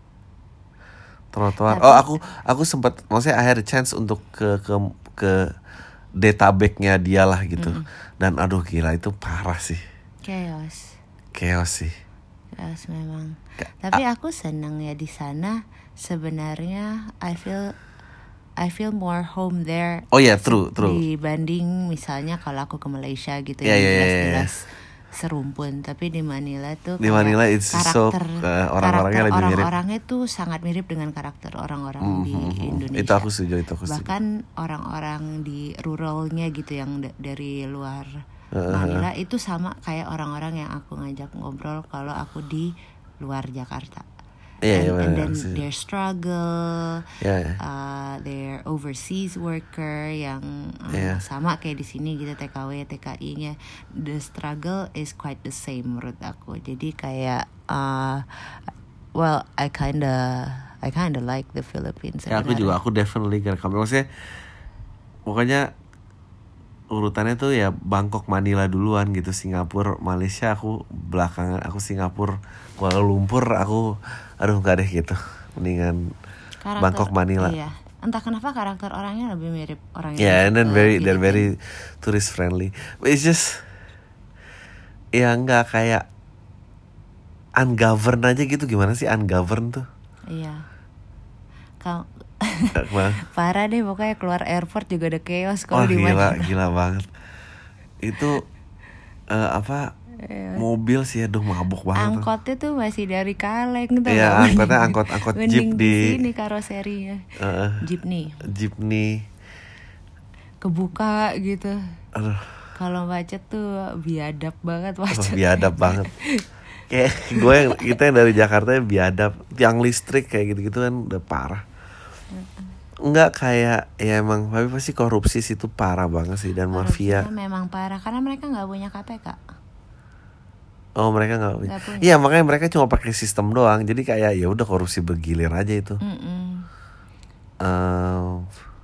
Trotoar. Oh aku aku sempat maksudnya I had a chance untuk ke ke ke database-nya dia lah gitu. Mm. Dan aduh gila itu parah sih. Chaos. Chaos sih. Chaos memang. Ka- Tapi a- aku senang ya di sana sebenarnya I feel I feel more home there. Oh ya, yeah, true, true. Dibanding misalnya kalau aku ke Malaysia gitu yeah, yang yeah, jelas-jelas yeah, yeah. serumpun, tapi di Manila tuh di Manila it's karakter so, uh, orang-orangnya lebih mirip. Orang-orangnya tuh sangat mirip dengan karakter orang-orang mm-hmm. di Indonesia. Itu aku setuju, itu aku setuju. Bahkan orang-orang di ruralnya gitu yang d- dari luar uh-huh. Manila itu sama kayak orang-orang yang aku ngajak ngobrol kalau aku di luar Jakarta. Yeah, and, yeah, and then yeah. their struggle, yeah. uh, their overseas worker yang uh, yeah. sama kayak di sini gitu T K W T K I-nya, the struggle is quite the same menurut aku. Jadi kayak, uh, well I kinda I kinda like the Philippines. Ya aku juga aku definitely gak kamu maksudnya pokoknya urutannya tuh ya Bangkok Manila duluan gitu, Singapura Malaysia aku belakangan, aku Singapura Kuala Lumpur aku aduh gak deh gitu, mendingan karakter, Bangkok Manila. Iya. Entah kenapa karakter orangnya lebih mirip orang Indonesia. Yeah, and then very uh, they're very tourist friendly. But it's just ya nggak kayak ungoverned aja gitu. Gimana sih ungoverned tuh? Iya. Kau parah deh pokoknya, keluar airport juga ada chaos kalau oh, di gila, gila banget. Itu uh, apa? Iya. Mobil sih aduh mabuk banget. Angkotnya tuh masih dari kaleng tuh. Iya, angkotnya angkot angkot jeep di sini karoserinya. Uh, Jeepney. Jeepney. Kebuka gitu. Aduh. Kalau macet tuh biadab banget macet. Oh, biadab banget. Kayak gue yang kita yang dari Jakarta ya biadab, yang listrik kayak gitu-gitu kan udah parah. Enggak kayak ya emang tapi pasti korupsi sih itu parah banget sih, dan mafia. Memang parah karena mereka nggak punya K P K. Oh mereka nggak punya. Iya makanya mereka cuma pakai sistem doang. Jadi kayak ya udah korupsi bergilir aja itu. Um,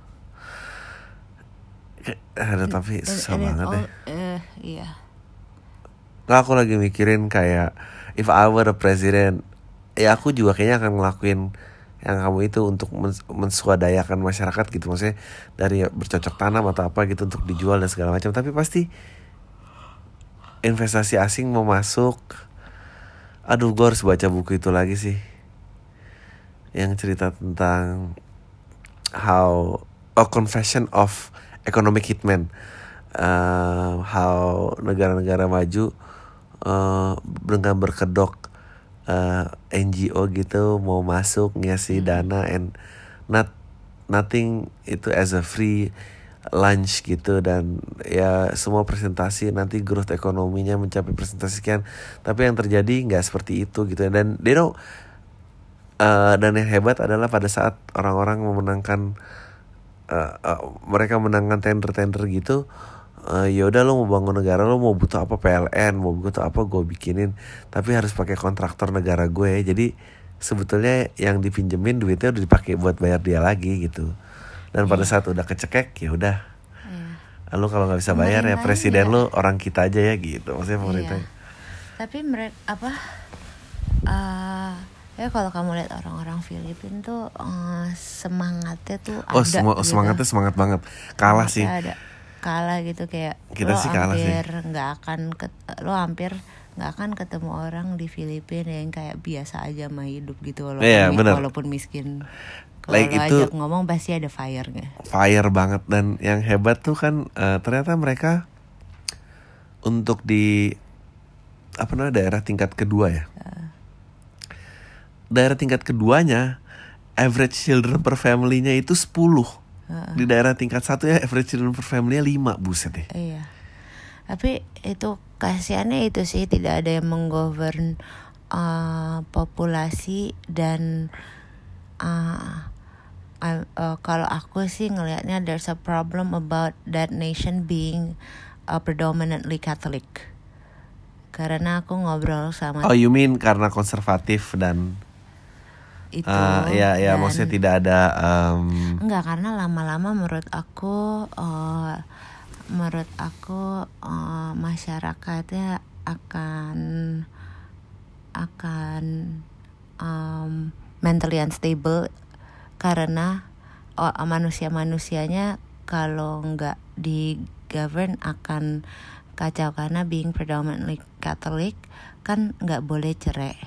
ada tapi susah and, and banget all, ya. Uh, iya. Nggak, aku lagi mikirin kayak if I were a president, ya aku juga kayaknya akan ngelakuin yang kamu itu untuk menswadayakan masyarakat gitu, maksudnya dari bercocok tanam atau apa gitu untuk dijual dan segala macam. Tapi pasti investasi asing mau masuk. Aduh, gue harus baca buku itu lagi sih, yang cerita tentang how a confession of economic hitman, uh, how negara-negara maju uh, dengan berkedok uh, N G O gitu mau masuk ngasih hmm. dana and not nothing itu as a free lunch gitu, dan ya semua presentasi nanti growth ekonominya mencapai presentasi sekian, tapi yang terjadi nggak seperti itu gitu. Dan they know uh, dan yang hebat adalah pada saat orang-orang memenangkan uh, uh, mereka menangkan tender-tender gitu, uh, ya udah lo mau bangun negara, lo mau butuh apa P L N, mau butuh apa gue bikinin, tapi harus pakai kontraktor negara gue. Jadi sebetulnya yang dipinjemin duitnya udah dipakai buat bayar dia lagi gitu. Dan pada saat udah kecekek ya udah, yeah. Lu kalau nggak bisa bayar ya presiden ya. Lu orang kita aja ya gitu, maksudnya pemerintah. Yeah. Tapi mereka apa? Uh, ya kalau kamu lihat orang-orang Filipina tuh uh, semangatnya tuh oh, ada. Oh gitu. Semangatnya semangat banget. Kalah sih. Ada. Kalah gitu kayak. Kita lo sih kalah sih. Hampir nggak akan, ke, lo hampir nggak akan ketemu orang di Filipina yang kayak biasa aja mah hidup gitu walaupun, Iya, mi- bener. walaupun miskin. Kalau Like lo itu- ajak ngomong pasti ada fire-nya. Fire banget. Dan yang hebat tuh kan eh, ternyata mereka untuk di apa namanya daerah tingkat kedua ya. Daerah tingkat keduanya average children per family-nya itu sepuluh. Di daerah tingkat satu ya average children per family-nya lima. Buset deh. Iya. Tapi itu kasihannya itu sih tidak ada yang menggovern uh, populasi dan uh, uh, uh, kalau aku sih ngelihatnya there's a problem about that nation being uh, predominantly Catholic. Karena aku ngobrol sama Oh, you mean karena konservatif dan itu uh, ya ya dan- maksudnya tidak ada um, enggak, karena lama-lama menurut aku uh, menurut aku uh, masyarakatnya akan akan um, mentally unstable karena oh, manusia-manusianya kalau nggak di govern akan kacau karena being predominantly Catholic kan nggak boleh cerai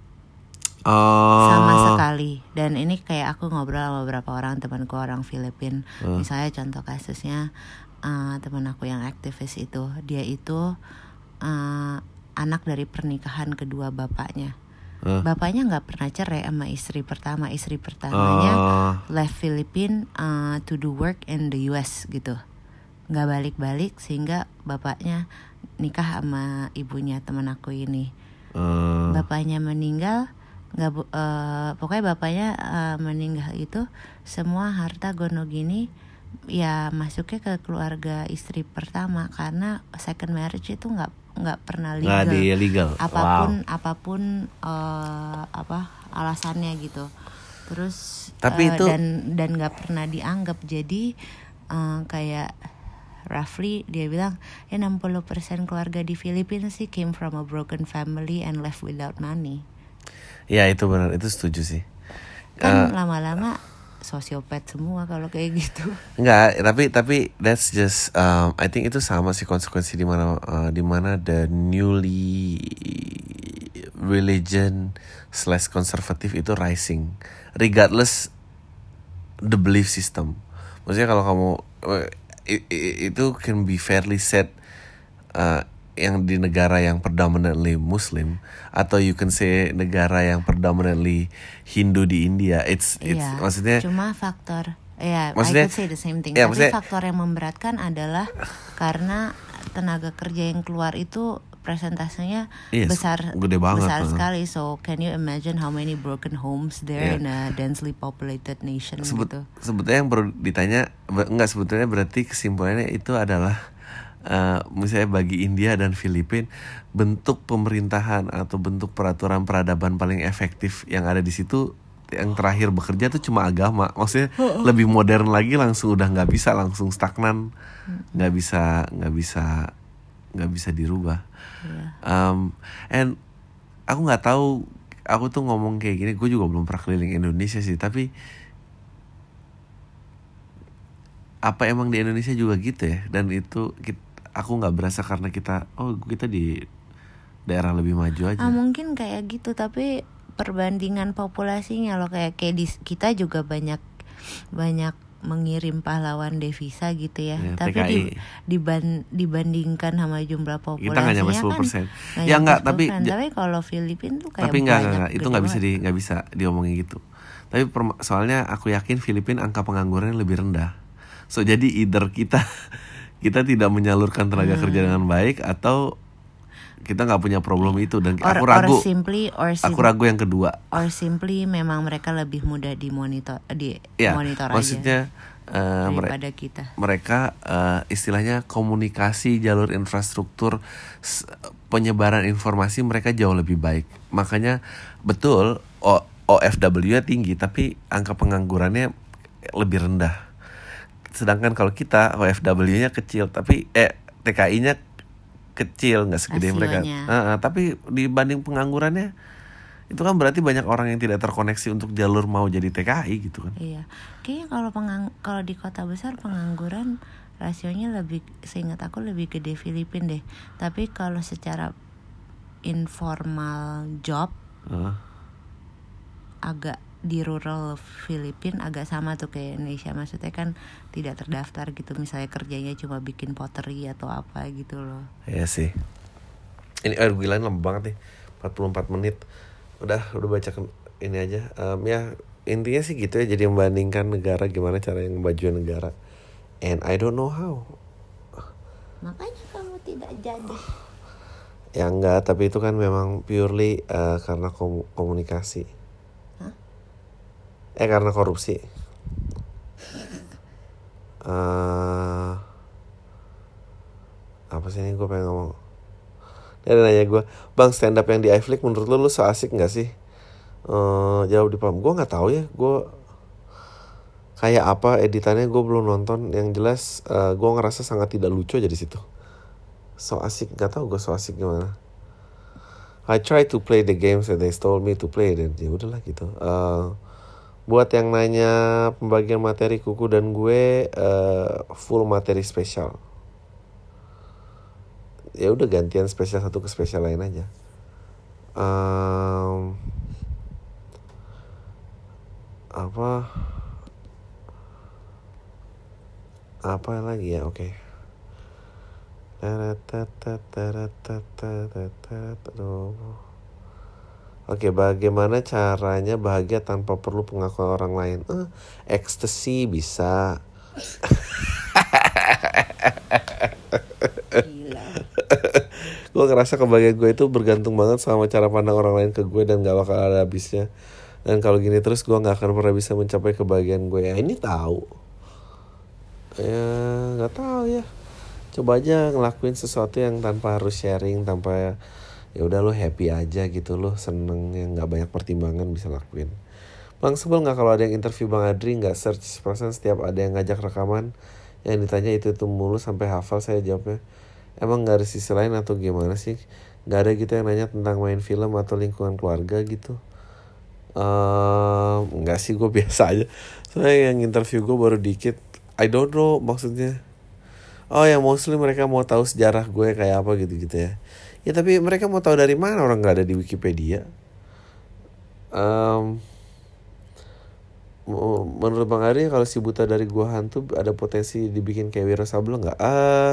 oh, sama sekali. Dan ini kayak aku ngobrol sama beberapa orang temanku orang Filipina. Hmm. Misalnya contoh kasusnya uh, teman aku yang aktivis itu, dia itu uh, anak dari pernikahan kedua bapaknya. Huh? Bapaknya nggak pernah cerai sama istri pertama. Istri pertamanya Oh, left Filipina uh, to do work in the U S gitu, nggak balik-balik sehingga bapaknya nikah sama ibunya teman aku ini. uh, Bapaknya meninggal, nggak bu- eh, pokoknya bapaknya eh, meninggal itu semua harta gono gini ya masuknya ke keluarga istri pertama karena second marriage itu nggak nggak pernah nggak legal di legal. apapun Wow. apapun eh, apa alasannya gitu. Terus Tapi eh, itu- dan dan nggak pernah dianggap. Jadi eh, kayak roughly dia bilang ya enam puluh persen keluarga di Filipina sih came from a broken family and left without money. Ya itu benar, itu setuju sih. Kan Eh, lama-lama sosiopat semua kalau kayak gitu. Enggak, tapi tapi that's just um, I think itu sama sih konsekuensi di mana uh, di mana the newly religion slash konservatif itu rising regardless the belief system. Maksudnya kalau kamu uh, i- i- itu can be fairly said uh, yang di negara yang predominantly Muslim atau you can say negara yang predominantly Hindu di India. It's it's Iya. maksudnya Cuma faktor ya Maksudnya- I could say the same thing. ya, Tapi maksudnya- faktor yang memberatkan adalah karena tenaga kerja yang keluar itu presentasenya Yes, besar gede banget, besar uh. sekali. So can you imagine how many broken homes there Yeah. in a densely populated nation Sebut, gitu. sebetulnya yang perlu ditanya be- enggak sebetulnya berarti kesimpulannya itu adalah uh, misalnya bagi India dan Filipina bentuk pemerintahan atau bentuk peraturan peradaban paling efektif yang ada di situ yang terakhir bekerja tuh cuma agama. Maksudnya lebih modern lagi langsung udah nggak bisa, langsung stagnan, nggak bisa nggak bisa nggak bisa dirubah. Iya. Um, and aku nggak tahu, aku tuh ngomong kayak gini, gue juga belum pernah keliling Indonesia sih, tapi apa emang di Indonesia juga gitu ya? Dan itu kit- aku nggak berasa karena kita, oh kita di daerah lebih maju aja. Ah, mungkin kayak gitu, tapi perbandingan populasinya loh kayak kayak di kita juga banyak banyak mengirim pahlawan devisa gitu ya. Ya, Tapi T K I. di, diban, dibandingkan sama jumlah populasinya Kita nggak nyampe kan sepuluh persen. nggak Ya nyampe nggak, sepuluh tapi persen. Tapi kalau Filipina tuh kayak tapi nggak banyak, nggak itu gede nggak bisa banget. di nggak bisa diomongin gitu. Tapi perma- soalnya aku yakin Filipina angka pengangguran lebih rendah. So jadi either kita kita tidak menyalurkan tenaga Hmm. kerja dengan baik atau kita nggak punya problem itu, dan Or, aku ragu or simply or sim- aku ragu yang kedua. or simply memang mereka lebih mudah dimonitor di Ya, monitor maksudnya aja eh, mere- daripada kita. mereka eh, istilahnya komunikasi jalur infrastruktur s- penyebaran informasi mereka jauh lebih baik. Makanya betul o- O F W-nya tinggi tapi angka penganggurannya lebih rendah. Sedangkan kalau kita O F W-nya kecil tapi eh T K I-nya kecil, nggak segede mereka. Rasionya. Ah, ah, tapi dibanding penganggurannya itu kan berarti banyak orang yang tidak terkoneksi untuk jalur mau jadi T K I gitu kan. Iya, kayaknya kalau pengang kalau di kota besar pengangguran rasionya lebih, seingat aku lebih gede Filipina deh. Tapi kalau secara informal job Hah? agak di rural Filipina agak sama tuh kayak Indonesia, maksudnya kan tidak terdaftar gitu, misalnya kerjanya cuma bikin pottery atau apa gitu loh. Iya sih. Ini air gila lama banget nih, empat puluh empat menit. Udah, udah baca ini aja. Um, ya intinya sih gitu ya, jadi membandingkan negara gimana cara yang ngebajuin negara. And I don't know how. Makanya kamu tidak jadi. Ya enggak, tapi itu kan memang purely uh, karena kom- komunikasi. Hah? Eh karena korupsi. Uh, apa sih ini gue pengen ngomong. Dia nanya gue, bang stand up yang di iFlix menurut lo, lo so asik gak sih? Uh, jauh di paham. Gue nggak tahu ya, gue kayak apa editannya gue belum nonton. Yang jelas uh, gue ngerasa sangat tidak lucu aja di situ. So asik, nggak tahu gue so asik gimana. I try to play the games that they told me to play, dan ya udahlah gitu. Uh, buat yang nanya pembagian materi Kuku dan gue uh, full materi spesial. Ya udah gantian spesial satu ke spesial lain aja. Um, apa apa lagi ya? Oke. Okay. Oke, bagaimana caranya bahagia tanpa perlu pengakuan orang lain? Eh, ekstasi bisa. Gila. Gue ngerasa kebahagiaan gue itu bergantung banget sama cara pandang orang lain ke gue, dan gak bakal ada habisnya. Dan kalau gini terus gue gak akan pernah bisa mencapai kebahagiaan gue. Ya ini tahu. Ya gak tahu ya. Coba aja ngelakuin sesuatu yang tanpa harus sharing, tanpa ya udah lo happy aja gitu, lo seneng yang nggak banyak pertimbangan bisa lakuin. Bang sebel nggak kalau ada yang interview Bang Adri nggak search persen setiap ada yang ngajak rekaman, yang ditanya itu itu mulu sampai hafal saya jawabnya. Emang nggak ada sisi lain atau gimana sih? Nggak ada gitu yang nanya tentang main film atau lingkungan keluarga gitu? Um, nggak sih, gue biasa aja. Soalnya yang interview gue baru dikit. I don't know maksudnya. Oh yang mostly mereka mau tahu sejarah gue kayak apa gitu-gitu ya. Ya tapi mereka mau tahu dari mana, orang nggak ada di Wikipedia. Um, menurut Bang Ari kalau si buta dari gua hantu ada potensi dibikin kayak Wiro Sableng nggak? Ah, uh,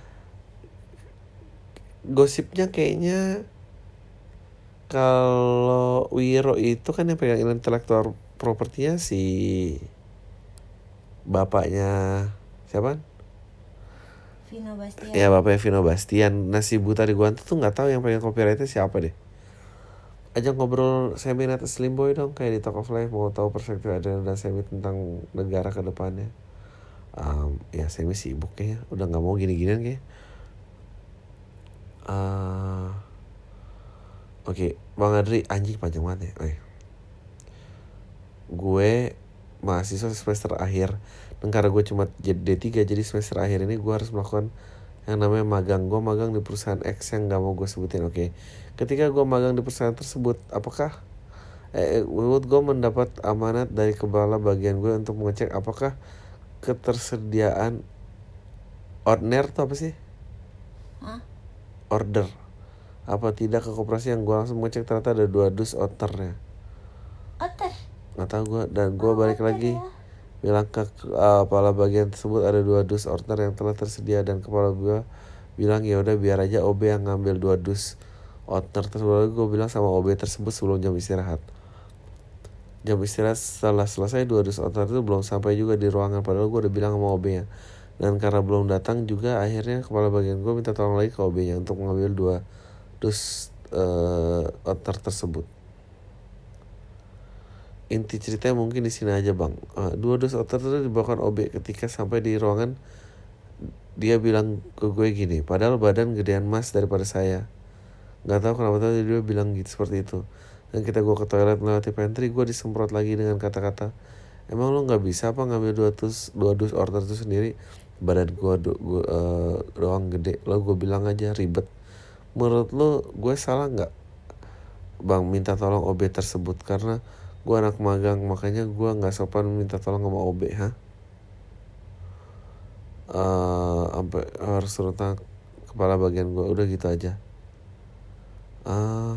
gosipnya kayaknya kalau Wiro itu kan yang pegang intelektual propertinya si bapaknya siapa? Vino Bastian. Ya bapaknya Vino Bastian. Nasi buta di gua tuh nggak tahu yang pengen copyrightnya siapa deh. Ajak ngobrol Semi net Slim Boy dong kayak di Talk of Life, mau tahu perspektif Adrian dan Semi tentang negara ke depannya. Um, ya Semi sibuk kayaknya, udah nggak mau gini-ginian kayaknya. Uh, Oke, okay. Bang Adri anjing panjang banget ya. Oke. Gue mahasiswa semester akhir, dan karena gue cuma D tiga, jadi semester akhir ini gue harus melakukan yang namanya magang. Gue magang di perusahaan X yang gak mau gue sebutin. Oke, okay. Ketika gue magang di perusahaan tersebut, apakah eh, gue mendapat amanat dari kepala bagian gue untuk mengecek apakah ketersediaan order itu apa sih? Hah? Order apa tidak ke koperasi, yang gue langsung mengecek ternyata ada dua dus ordernya. Otter. Nggak tahu gue, dan gue Oh, balik lagi ya. Bilang ke uh, kepala bagian tersebut ada dua dus order yang telah tersedia, dan kepala gue bilang ya udah biar aja O B yang ngambil dua dus order tersebut. Gue bilang sama O B tersebut sebelum jam istirahat. Jam istirahat setelah selesai dua dus order itu belum sampai juga di ruangan, padahal gue udah bilang sama O B-nya. Dan karena belum datang juga, akhirnya kepala bagian gue minta tolong lagi ke O B-nya untuk mengambil dua dus uh, order tersebut. Inti ceritanya mungkin di sini aja bang. Uh, dua dus order itu dibawakan O B. Ketika sampai di ruangan, dia bilang ke gue gini, padahal badan gedean mas daripada saya. Gak tahu kenapa tadi dia bilang gitu seperti itu. Dan kita gue ke toilet melewati pantry, gue disemprot lagi dengan kata-kata, emang lo nggak bisa apa ngambil dua dus dua dus order itu sendiri? Badan gue do, gue uh, doang gede. Lo gue bilang aja ribet. Menurut lo gue salah nggak bang minta tolong O B tersebut? Karena gue anak magang, makanya gue nggak sopan minta tolong sama O B, ha? Uh, sampai harus turun tangan kepala bagian gue, udah gitu aja. Ah,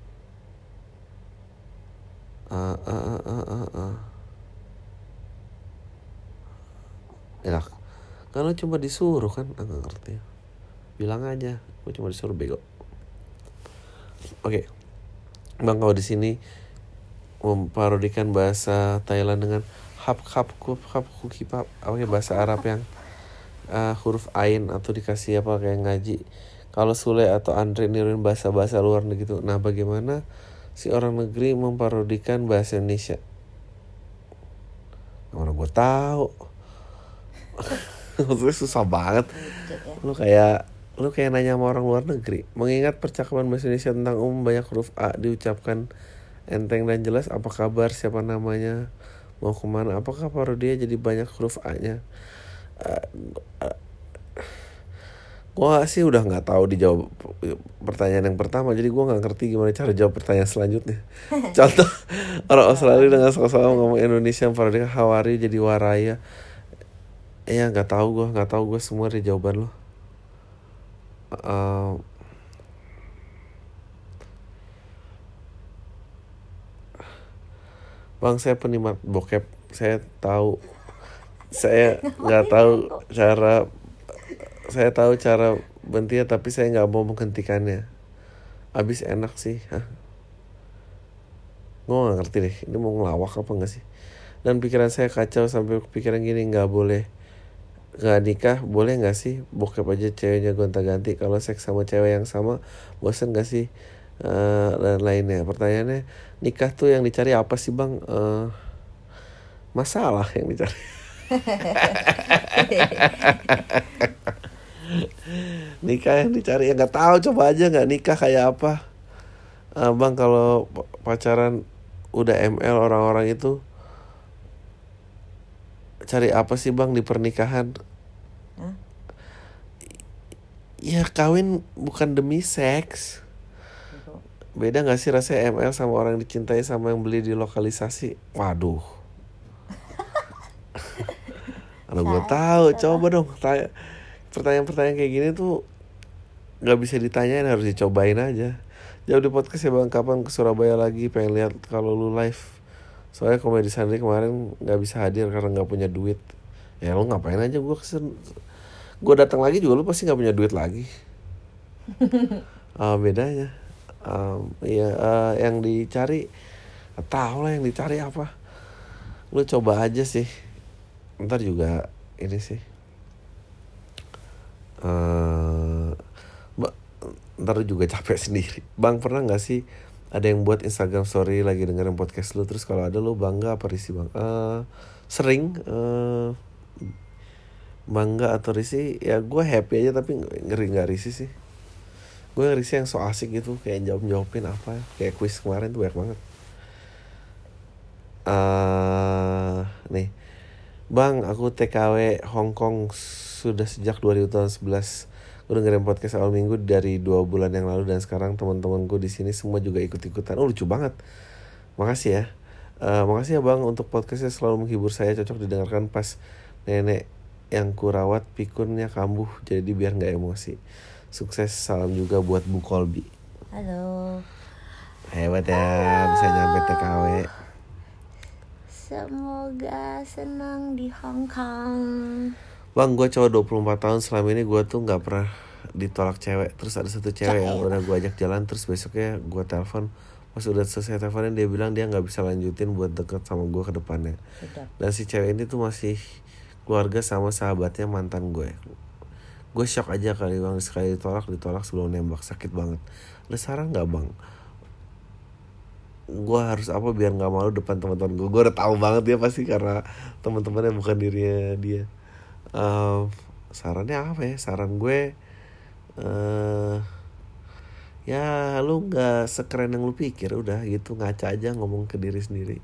ah, ah, ah, ah, ah. Ya, kan lo cuma disuruh kan, ah, nggak ngerti. Bilang aja, gue cuma disuruh bego. Oke, bang kalau di sini memparodikan bahasa Thailand dengan hap hap kup hap kukipap, apa ya bahasa Arab yang uh, huruf ain atau dikasih apa kayak ngaji. Kalau Sule atau Andre niruin bahasa-bahasa luar negeri gitu. Nah, bagaimana si orang negeri memparodikan bahasa Indonesia? Mana gue tahu. Maksudnya susah banget. Lu kayak lu kayak nanya sama orang luar negeri. Mengingat percakapan bahasa Indonesia tentang umum banyak huruf A diucapkan enteng dan jelas. Apa kabar, siapa namanya, mau kemana, apakah parodinya jadi banyak huruf A-nya? Uh, uh, Gua sih udah nggak tahu dijawab pertanyaan yang pertama, jadi gua nggak ngerti gimana cara jawab pertanyaan selanjutnya. Contoh, orang Australia dengan sok-sok ngomong Indonesia parodikan hawari jadi waraya. Iya, nggak tahu gue, nggak tahu gue semua dari jawaban lo. Uh, bang, saya penikmat bokep. Saya tahu, saya nggak tahu cara, saya tahu cara berhentinya, tapi saya nggak mau menghentikannya. Abis enak sih, hah? Gue nggak ngerti deh, ini mau ngelawak apa nggak sih? Dan pikiran saya kacau sampai pikiran gini, nggak boleh. Gak nikah boleh gak sih? Bokep aja ceweknya gonta-ganti. Kalau seks sama cewek yang sama bosen gak sih? Uh, dan lainnya. Pertanyaannya, nikah tuh yang dicari apa sih bang? Uh, masalah yang dicari. Nikah yang dicari ya gak tahu, coba aja gak nikah kayak apa. Uh, bang kalau pacaran udah M L orang-orang itu cari apa sih bang di pernikahan? Huh? Ya kawin bukan demi seks. Beda gak sih rasanya M L sama orang yang dicintai sama yang beli di lokalisasi? Waduh. Kalau gue tahu, coba dong tanya. Pertanyaan-pertanyaan kayak gini tuh gak bisa ditanyain, harus dicobain aja. Jauh di podcast ya bang, kapan ke Surabaya lagi? Pengen lihat kalau lu live. Soalnya Komedi Sandri kemarin gak bisa hadir karena gak punya duit. Ya lu ngapain aja, gue kesen gue datang lagi juga lu pasti gak punya duit lagi. uh, Bedanya um, ya uh, yang dicari, tahu lah yang dicari apa. Lu coba aja sih, ntar juga ini sih uh, ntar juga capek sendiri. Bang pernah gak sih ada yang buat Instagram story lagi dengerin podcast lu, terus kalau ada lu bangga apa risih bang? Uh, sering uh, bangga atau risih ya, gue happy aja tapi ngeri nggak risih sih. Gue risih yang so asik gitu, kayak jawab jawabin apa kayak kuis kemarin tuh banyak banget. Uh, nih bang, aku T K W Hong Kong sudah sejak dua ribu sebelas. Gue dengerin podcast awal minggu dari dua bulan yang lalu dan sekarang teman-temanku di sini semua juga ikut-ikutan. Oh lucu banget. Makasih ya. Uh, makasih ya bang untuk podcastnya, selalu menghibur saya, cocok didengarkan pas nenek yang kurawat pikunnya kambuh, jadi biar nggak emosi. Sukses, salam juga buat Bu Kolbi. Halo. Hebat ya, halo. Bisa nyampe T K W. Semoga senang di Hong Kong. Bang, gue cowok dua puluh empat tahun, selama ini gue tuh gak pernah ditolak cewek. Terus ada satu cewek yang udah gue ajak jalan, terus besoknya gue telepon. Pas udah selesai teleponnya dia bilang dia gak bisa lanjutin buat deket sama gue ke depannya. Dan si cewek ini tuh masih keluarga sama sahabatnya mantan gue. Gue shock aja kali bang, sekali ditolak, ditolak sebelum nembak, sakit banget. Ada saran gak bang? Gue harus apa biar gak malu depan teman-teman gue? Gue udah tahu banget dia pasti karena teman-temannya bukan dirinya dia. Uh, sarannya apa ya? Saran gue uh, ya lu gak sekeren yang lu pikir, udah gitu, ngaca aja ngomong ke diri sendiri.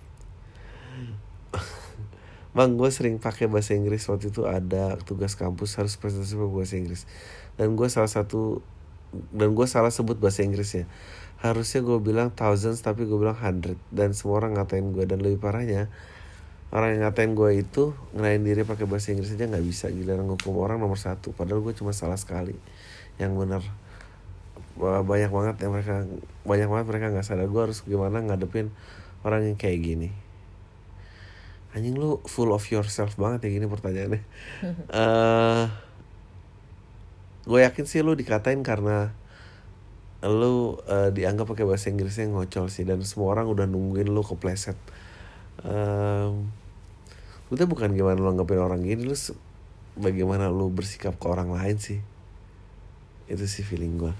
Bang, gue sering pakai bahasa Inggris. Waktu itu ada tugas kampus harus presentasi bahasa Inggris, dan gue salah satu dan gue salah sebut bahasa Inggrisnya. Harusnya gue bilang thousands tapi gue bilang hundred, dan semua orang ngatain gue. Dan lebih parahnya, orang yang ngatain gue itu ngelain diri pakai bahasa Inggris aja nggak bisa, giliran ngukum orang nomor satu. Padahal gue cuma salah sekali. Yang benar banyak banget yang mereka banyak banget mereka nggak sadar gue harus gimana ngadepin orang yang kayak gini. Anjing lu full of yourself banget ya gini pertanyaannya. uh, gue yakin sih lu dikatain karena lu uh, dianggap pakai bahasa Inggrisnya ngocol sih, dan semua orang udah nungguin lu kepleset. Um, itu bukan gimana lu nganggapin orang gini, lu bagaimana lu bersikap ke orang lain sih. Itu sih feeling gue.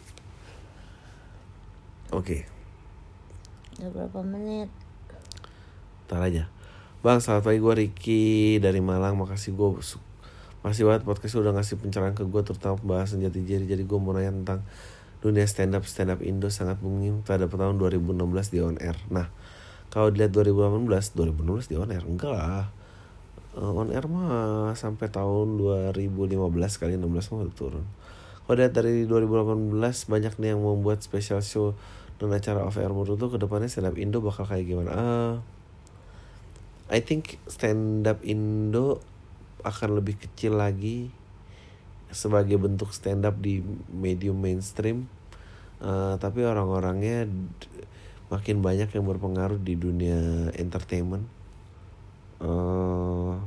Oke. Okay. Udah berapa menit? Ntar aja. Bang, selamat pagi, gue Ricky dari Malang. Makasih gue Makasih banget podcast udah ngasih pencerahan ke gue, terutama pembahasan jati diri. Jadi gue mau nanya tentang dunia stand up stand up Indo sangat booming pada tahun dua ribu enam belas di on air. Nah, kalau dilihat dua ribu delapan belas di on air enggak lah. Uh, on air mah sampai tahun dua ribu lima belas kali enam belas mah udah turun. Kalau dilihat dari dua ribu delapan belas banyak nih yang membuat special show dan acara off air. Menurut tuh kedepannya stand up Indo bakal kayak gimana? Uh, I think stand up Indo akan lebih kecil lagi sebagai bentuk stand up di medium mainstream, uh, tapi orang-orangnya d- makin banyak yang berpengaruh di dunia entertainment. Uh,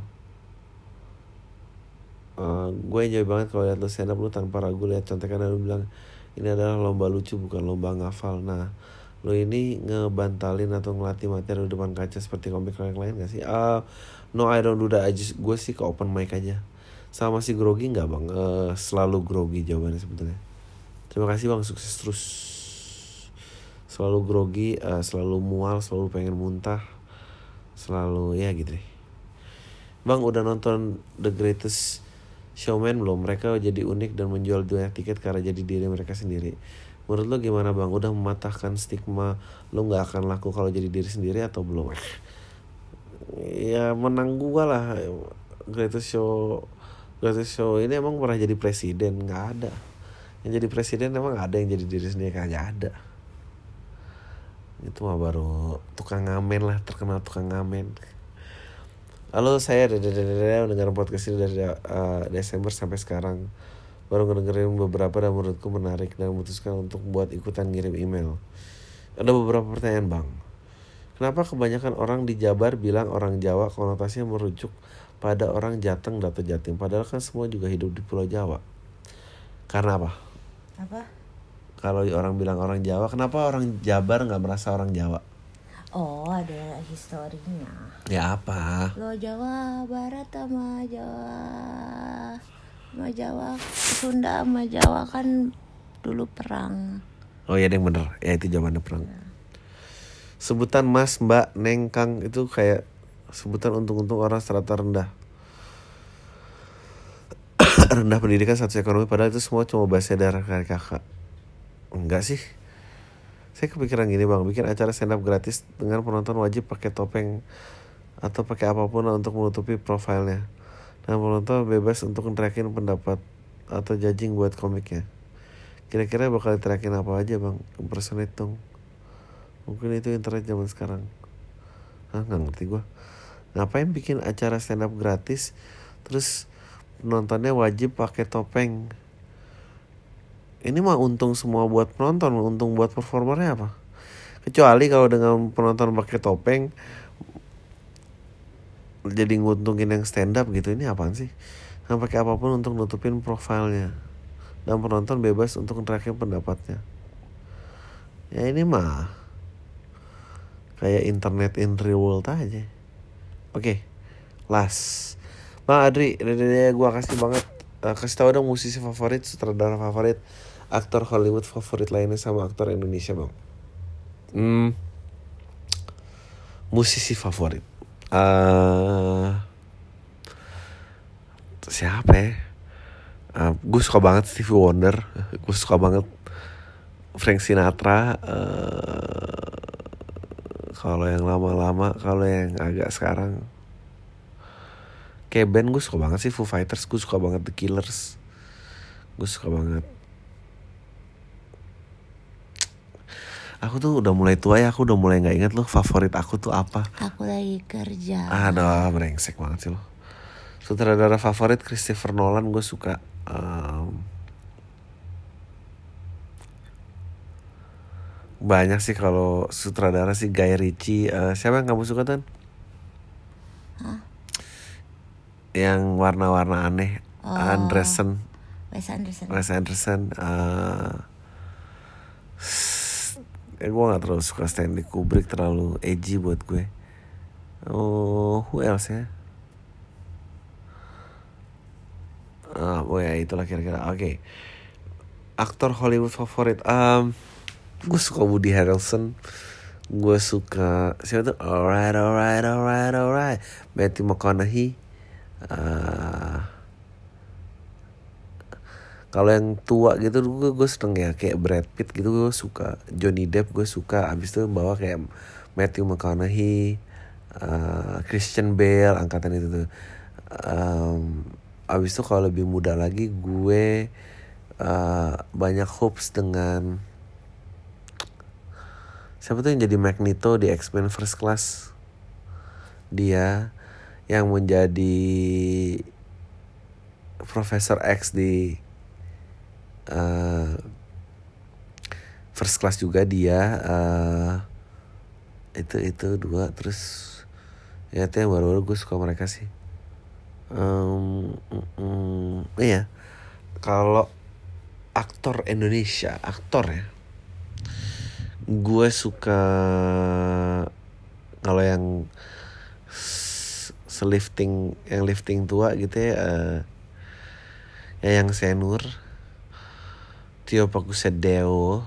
uh, gue enjoy banget kalau lihat lu stand up, lu tanpa ragu lihat contekan dan lu bilang ini adalah lomba lucu bukan lomba ngafal. Nah, lu ini ngebantalin atau ngelatih materi di depan kaca seperti komik yang lain gak sih? Uh, no, I don't do that. Just, gue sih ke open mic aja. Sama si grogi nggak bang? Uh, selalu grogi jawabannya sebetulnya. Terima kasih bang, sukses terus. Selalu grogi, uh, selalu mual, selalu pengen muntah, selalu ya gitu deh. Bang, udah nonton The Greatest Showman belum? Mereka jadi unik dan menjual banyak tiket karena jadi diri mereka sendiri. Menurut lo gimana bang? Udah mematahkan stigma lo nggak akan laku kalau jadi diri sendiri atau belum? Ya menang gua lah. Greatest Show Greatest Show ini emang pernah jadi presiden? Nggak ada. Yang jadi presiden emang ada yang jadi diri sendiri? Kagak ada. Itu mah baru tukang ngamen lah, terkenal tukang ngamen. Halo, saya Dede mendengar podcast ini dari uh, Desember sampai sekarang. Baru ngedengerin beberapa dan menurutku menarik dan memutuskan untuk buat ikutan ngirim email. Ada beberapa pertanyaan bang. Kenapa kebanyakan orang di Jabar bilang orang Jawa konotasinya merujuk pada orang Jateng atau Jatim, padahal kan semua juga hidup di Pulau Jawa? Karena apa? Apa? Kalau orang bilang orang Jawa, kenapa orang Jabar nggak merasa orang Jawa? Oh, ada historinya. Ya apa? Lo Jawa Barat sama Jawa sama Jawa Sunda sama Jawa kan dulu perang. Oh iya, yang bener. Ya itu zamannya perang. Ya. Sebutan Mas, Mbak, Neng, Kang itu kayak sebutan untung-untung orang strata rendah. Rendah pendidikan, status ekonomi, padahal itu semua cuma bahasa daerah dari kakak. Enggak sih. Saya kepikiran gini bang, bikin acara stand up gratis dengan penonton wajib pakai topeng atau pakai apapun untuk menutupi profilnya. Dan penonton bebas untuk neriakin pendapat atau judging buat komiknya. Kira-kira bakal teriakin apa aja bang? Impersonate dong. Mungkin itu internet zaman sekarang. Hah, gak ngerti gue. Ngapain bikin acara stand up gratis terus penontonnya wajib pakai topeng? Ini mah untung semua buat penonton, untung buat performernya apa? Kecuali kalau dengan penonton pakai topeng jadi nguntungin yang stand up gitu. Ini apaan sih? Nggak pakai apapun untuk nutupin profilnya dan penonton bebas untuk neriakin pendapatnya. Ya ini mah kayak internet in real world aja. Oke, okay. Last Bang Adri, gue kasih banget uh, kasih tahu dong musisi favorit, sutradara favorit, aktor Hollywood favorit lainnya sama aktor Indonesia bang. Hmm, musisi favorit. Uh, siapa ya? Uh, gue suka banget Stevie Wonder, gue suka banget Frank Sinatra. Uh, kalau yang lama-lama, kalau yang agak sekarang kayak band gue suka banget sih Foo Fighters, gue suka banget The Killers, gue suka banget. Aku tuh udah mulai tua ya, aku udah mulai nggak inget loh favorit aku tuh apa. Aku lagi kerja. Aduh, brengsek banget sih lo. Sutradara favorit Christopher Nolan, gue suka. Um, Banyak sih kalau sutradara sih Guy Ritchie. Uh, siapa yang kamu suka Tan? Hah? Yang warna-warna aneh. Oh, Anderson. Wes Anderson. Wes Anderson. Uh, eh, gue nggak terlalu suka Stanley Kubrick, terlalu edgy buat gue. Oh, who else ya? Ah, oh ya itulah kira-kira. Oke. Okay. Aktor Hollywood favorit. Um, gue suka Woody Harrelson. Gue suka siapa tuh? Alright, alright, alright, alright. Matthew McConaughey. Uh, Kalau yang tua gitu gue gue seneng ya kayak Brad Pitt gitu, gue suka. Johnny Depp gue suka. Abis itu bawa kayak Matthew McConaughey, uh, Christian Bale angkatan itu tuh. Um, abis itu kalau lebih muda lagi gue uh, banyak hopes dengan siapa tuh yang jadi Magneto di X-Men First Class. Dia yang menjadi Profesor X di Uh, First Class juga dia. Uh, itu itu dua. Terus ya itu yang baru-baru gue suka mereka sih. Um, um, iya. Kalau aktor Indonesia, aktor ya, gue suka kalau yang selifting, yang lifting tua gitu ya. Uh, ya yang Senur, Tio Pakusadewo,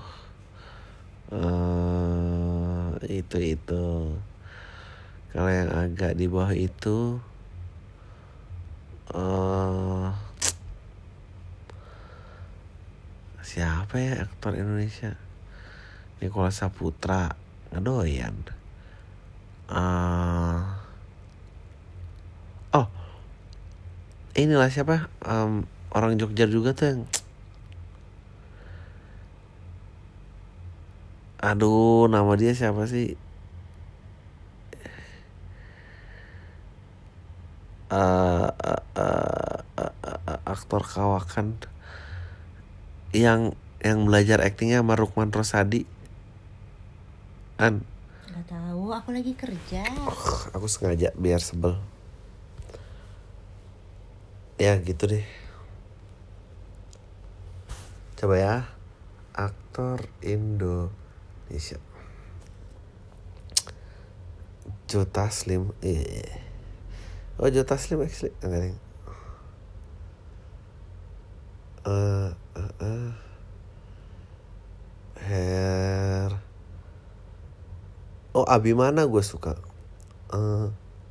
uh, itu itu. Kalau yang agak di bawah itu, uh, siapa ya aktor Indonesia? Nicholas Saputra, ngedoyan. Uh, oh, inilah siapa? Um, orang Jogja juga tuh yang aduh, nama dia siapa sih? Uh, uh, uh, uh, uh, aktor kawakan yang yang belajar aktingnya sama Rukman Rosadi. An? Gak tahu, aku lagi kerja. Oh, aku sengaja biar sebel. Ya gitu deh. Coba ya, aktor Indonesia. Joe Taslim. Eh. Oh, Joe Taslim actually enggak nih. Uh, uh, uh. Hair. Oh, Abimana gue suka. Uh.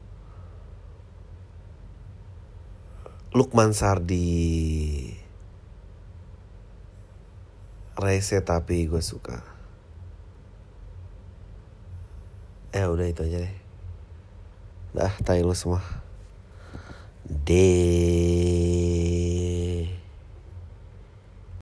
Lukman Sardi. Rese tapi gue suka. Eh udah itu aja deh. Dah, tai lu semua. Deh.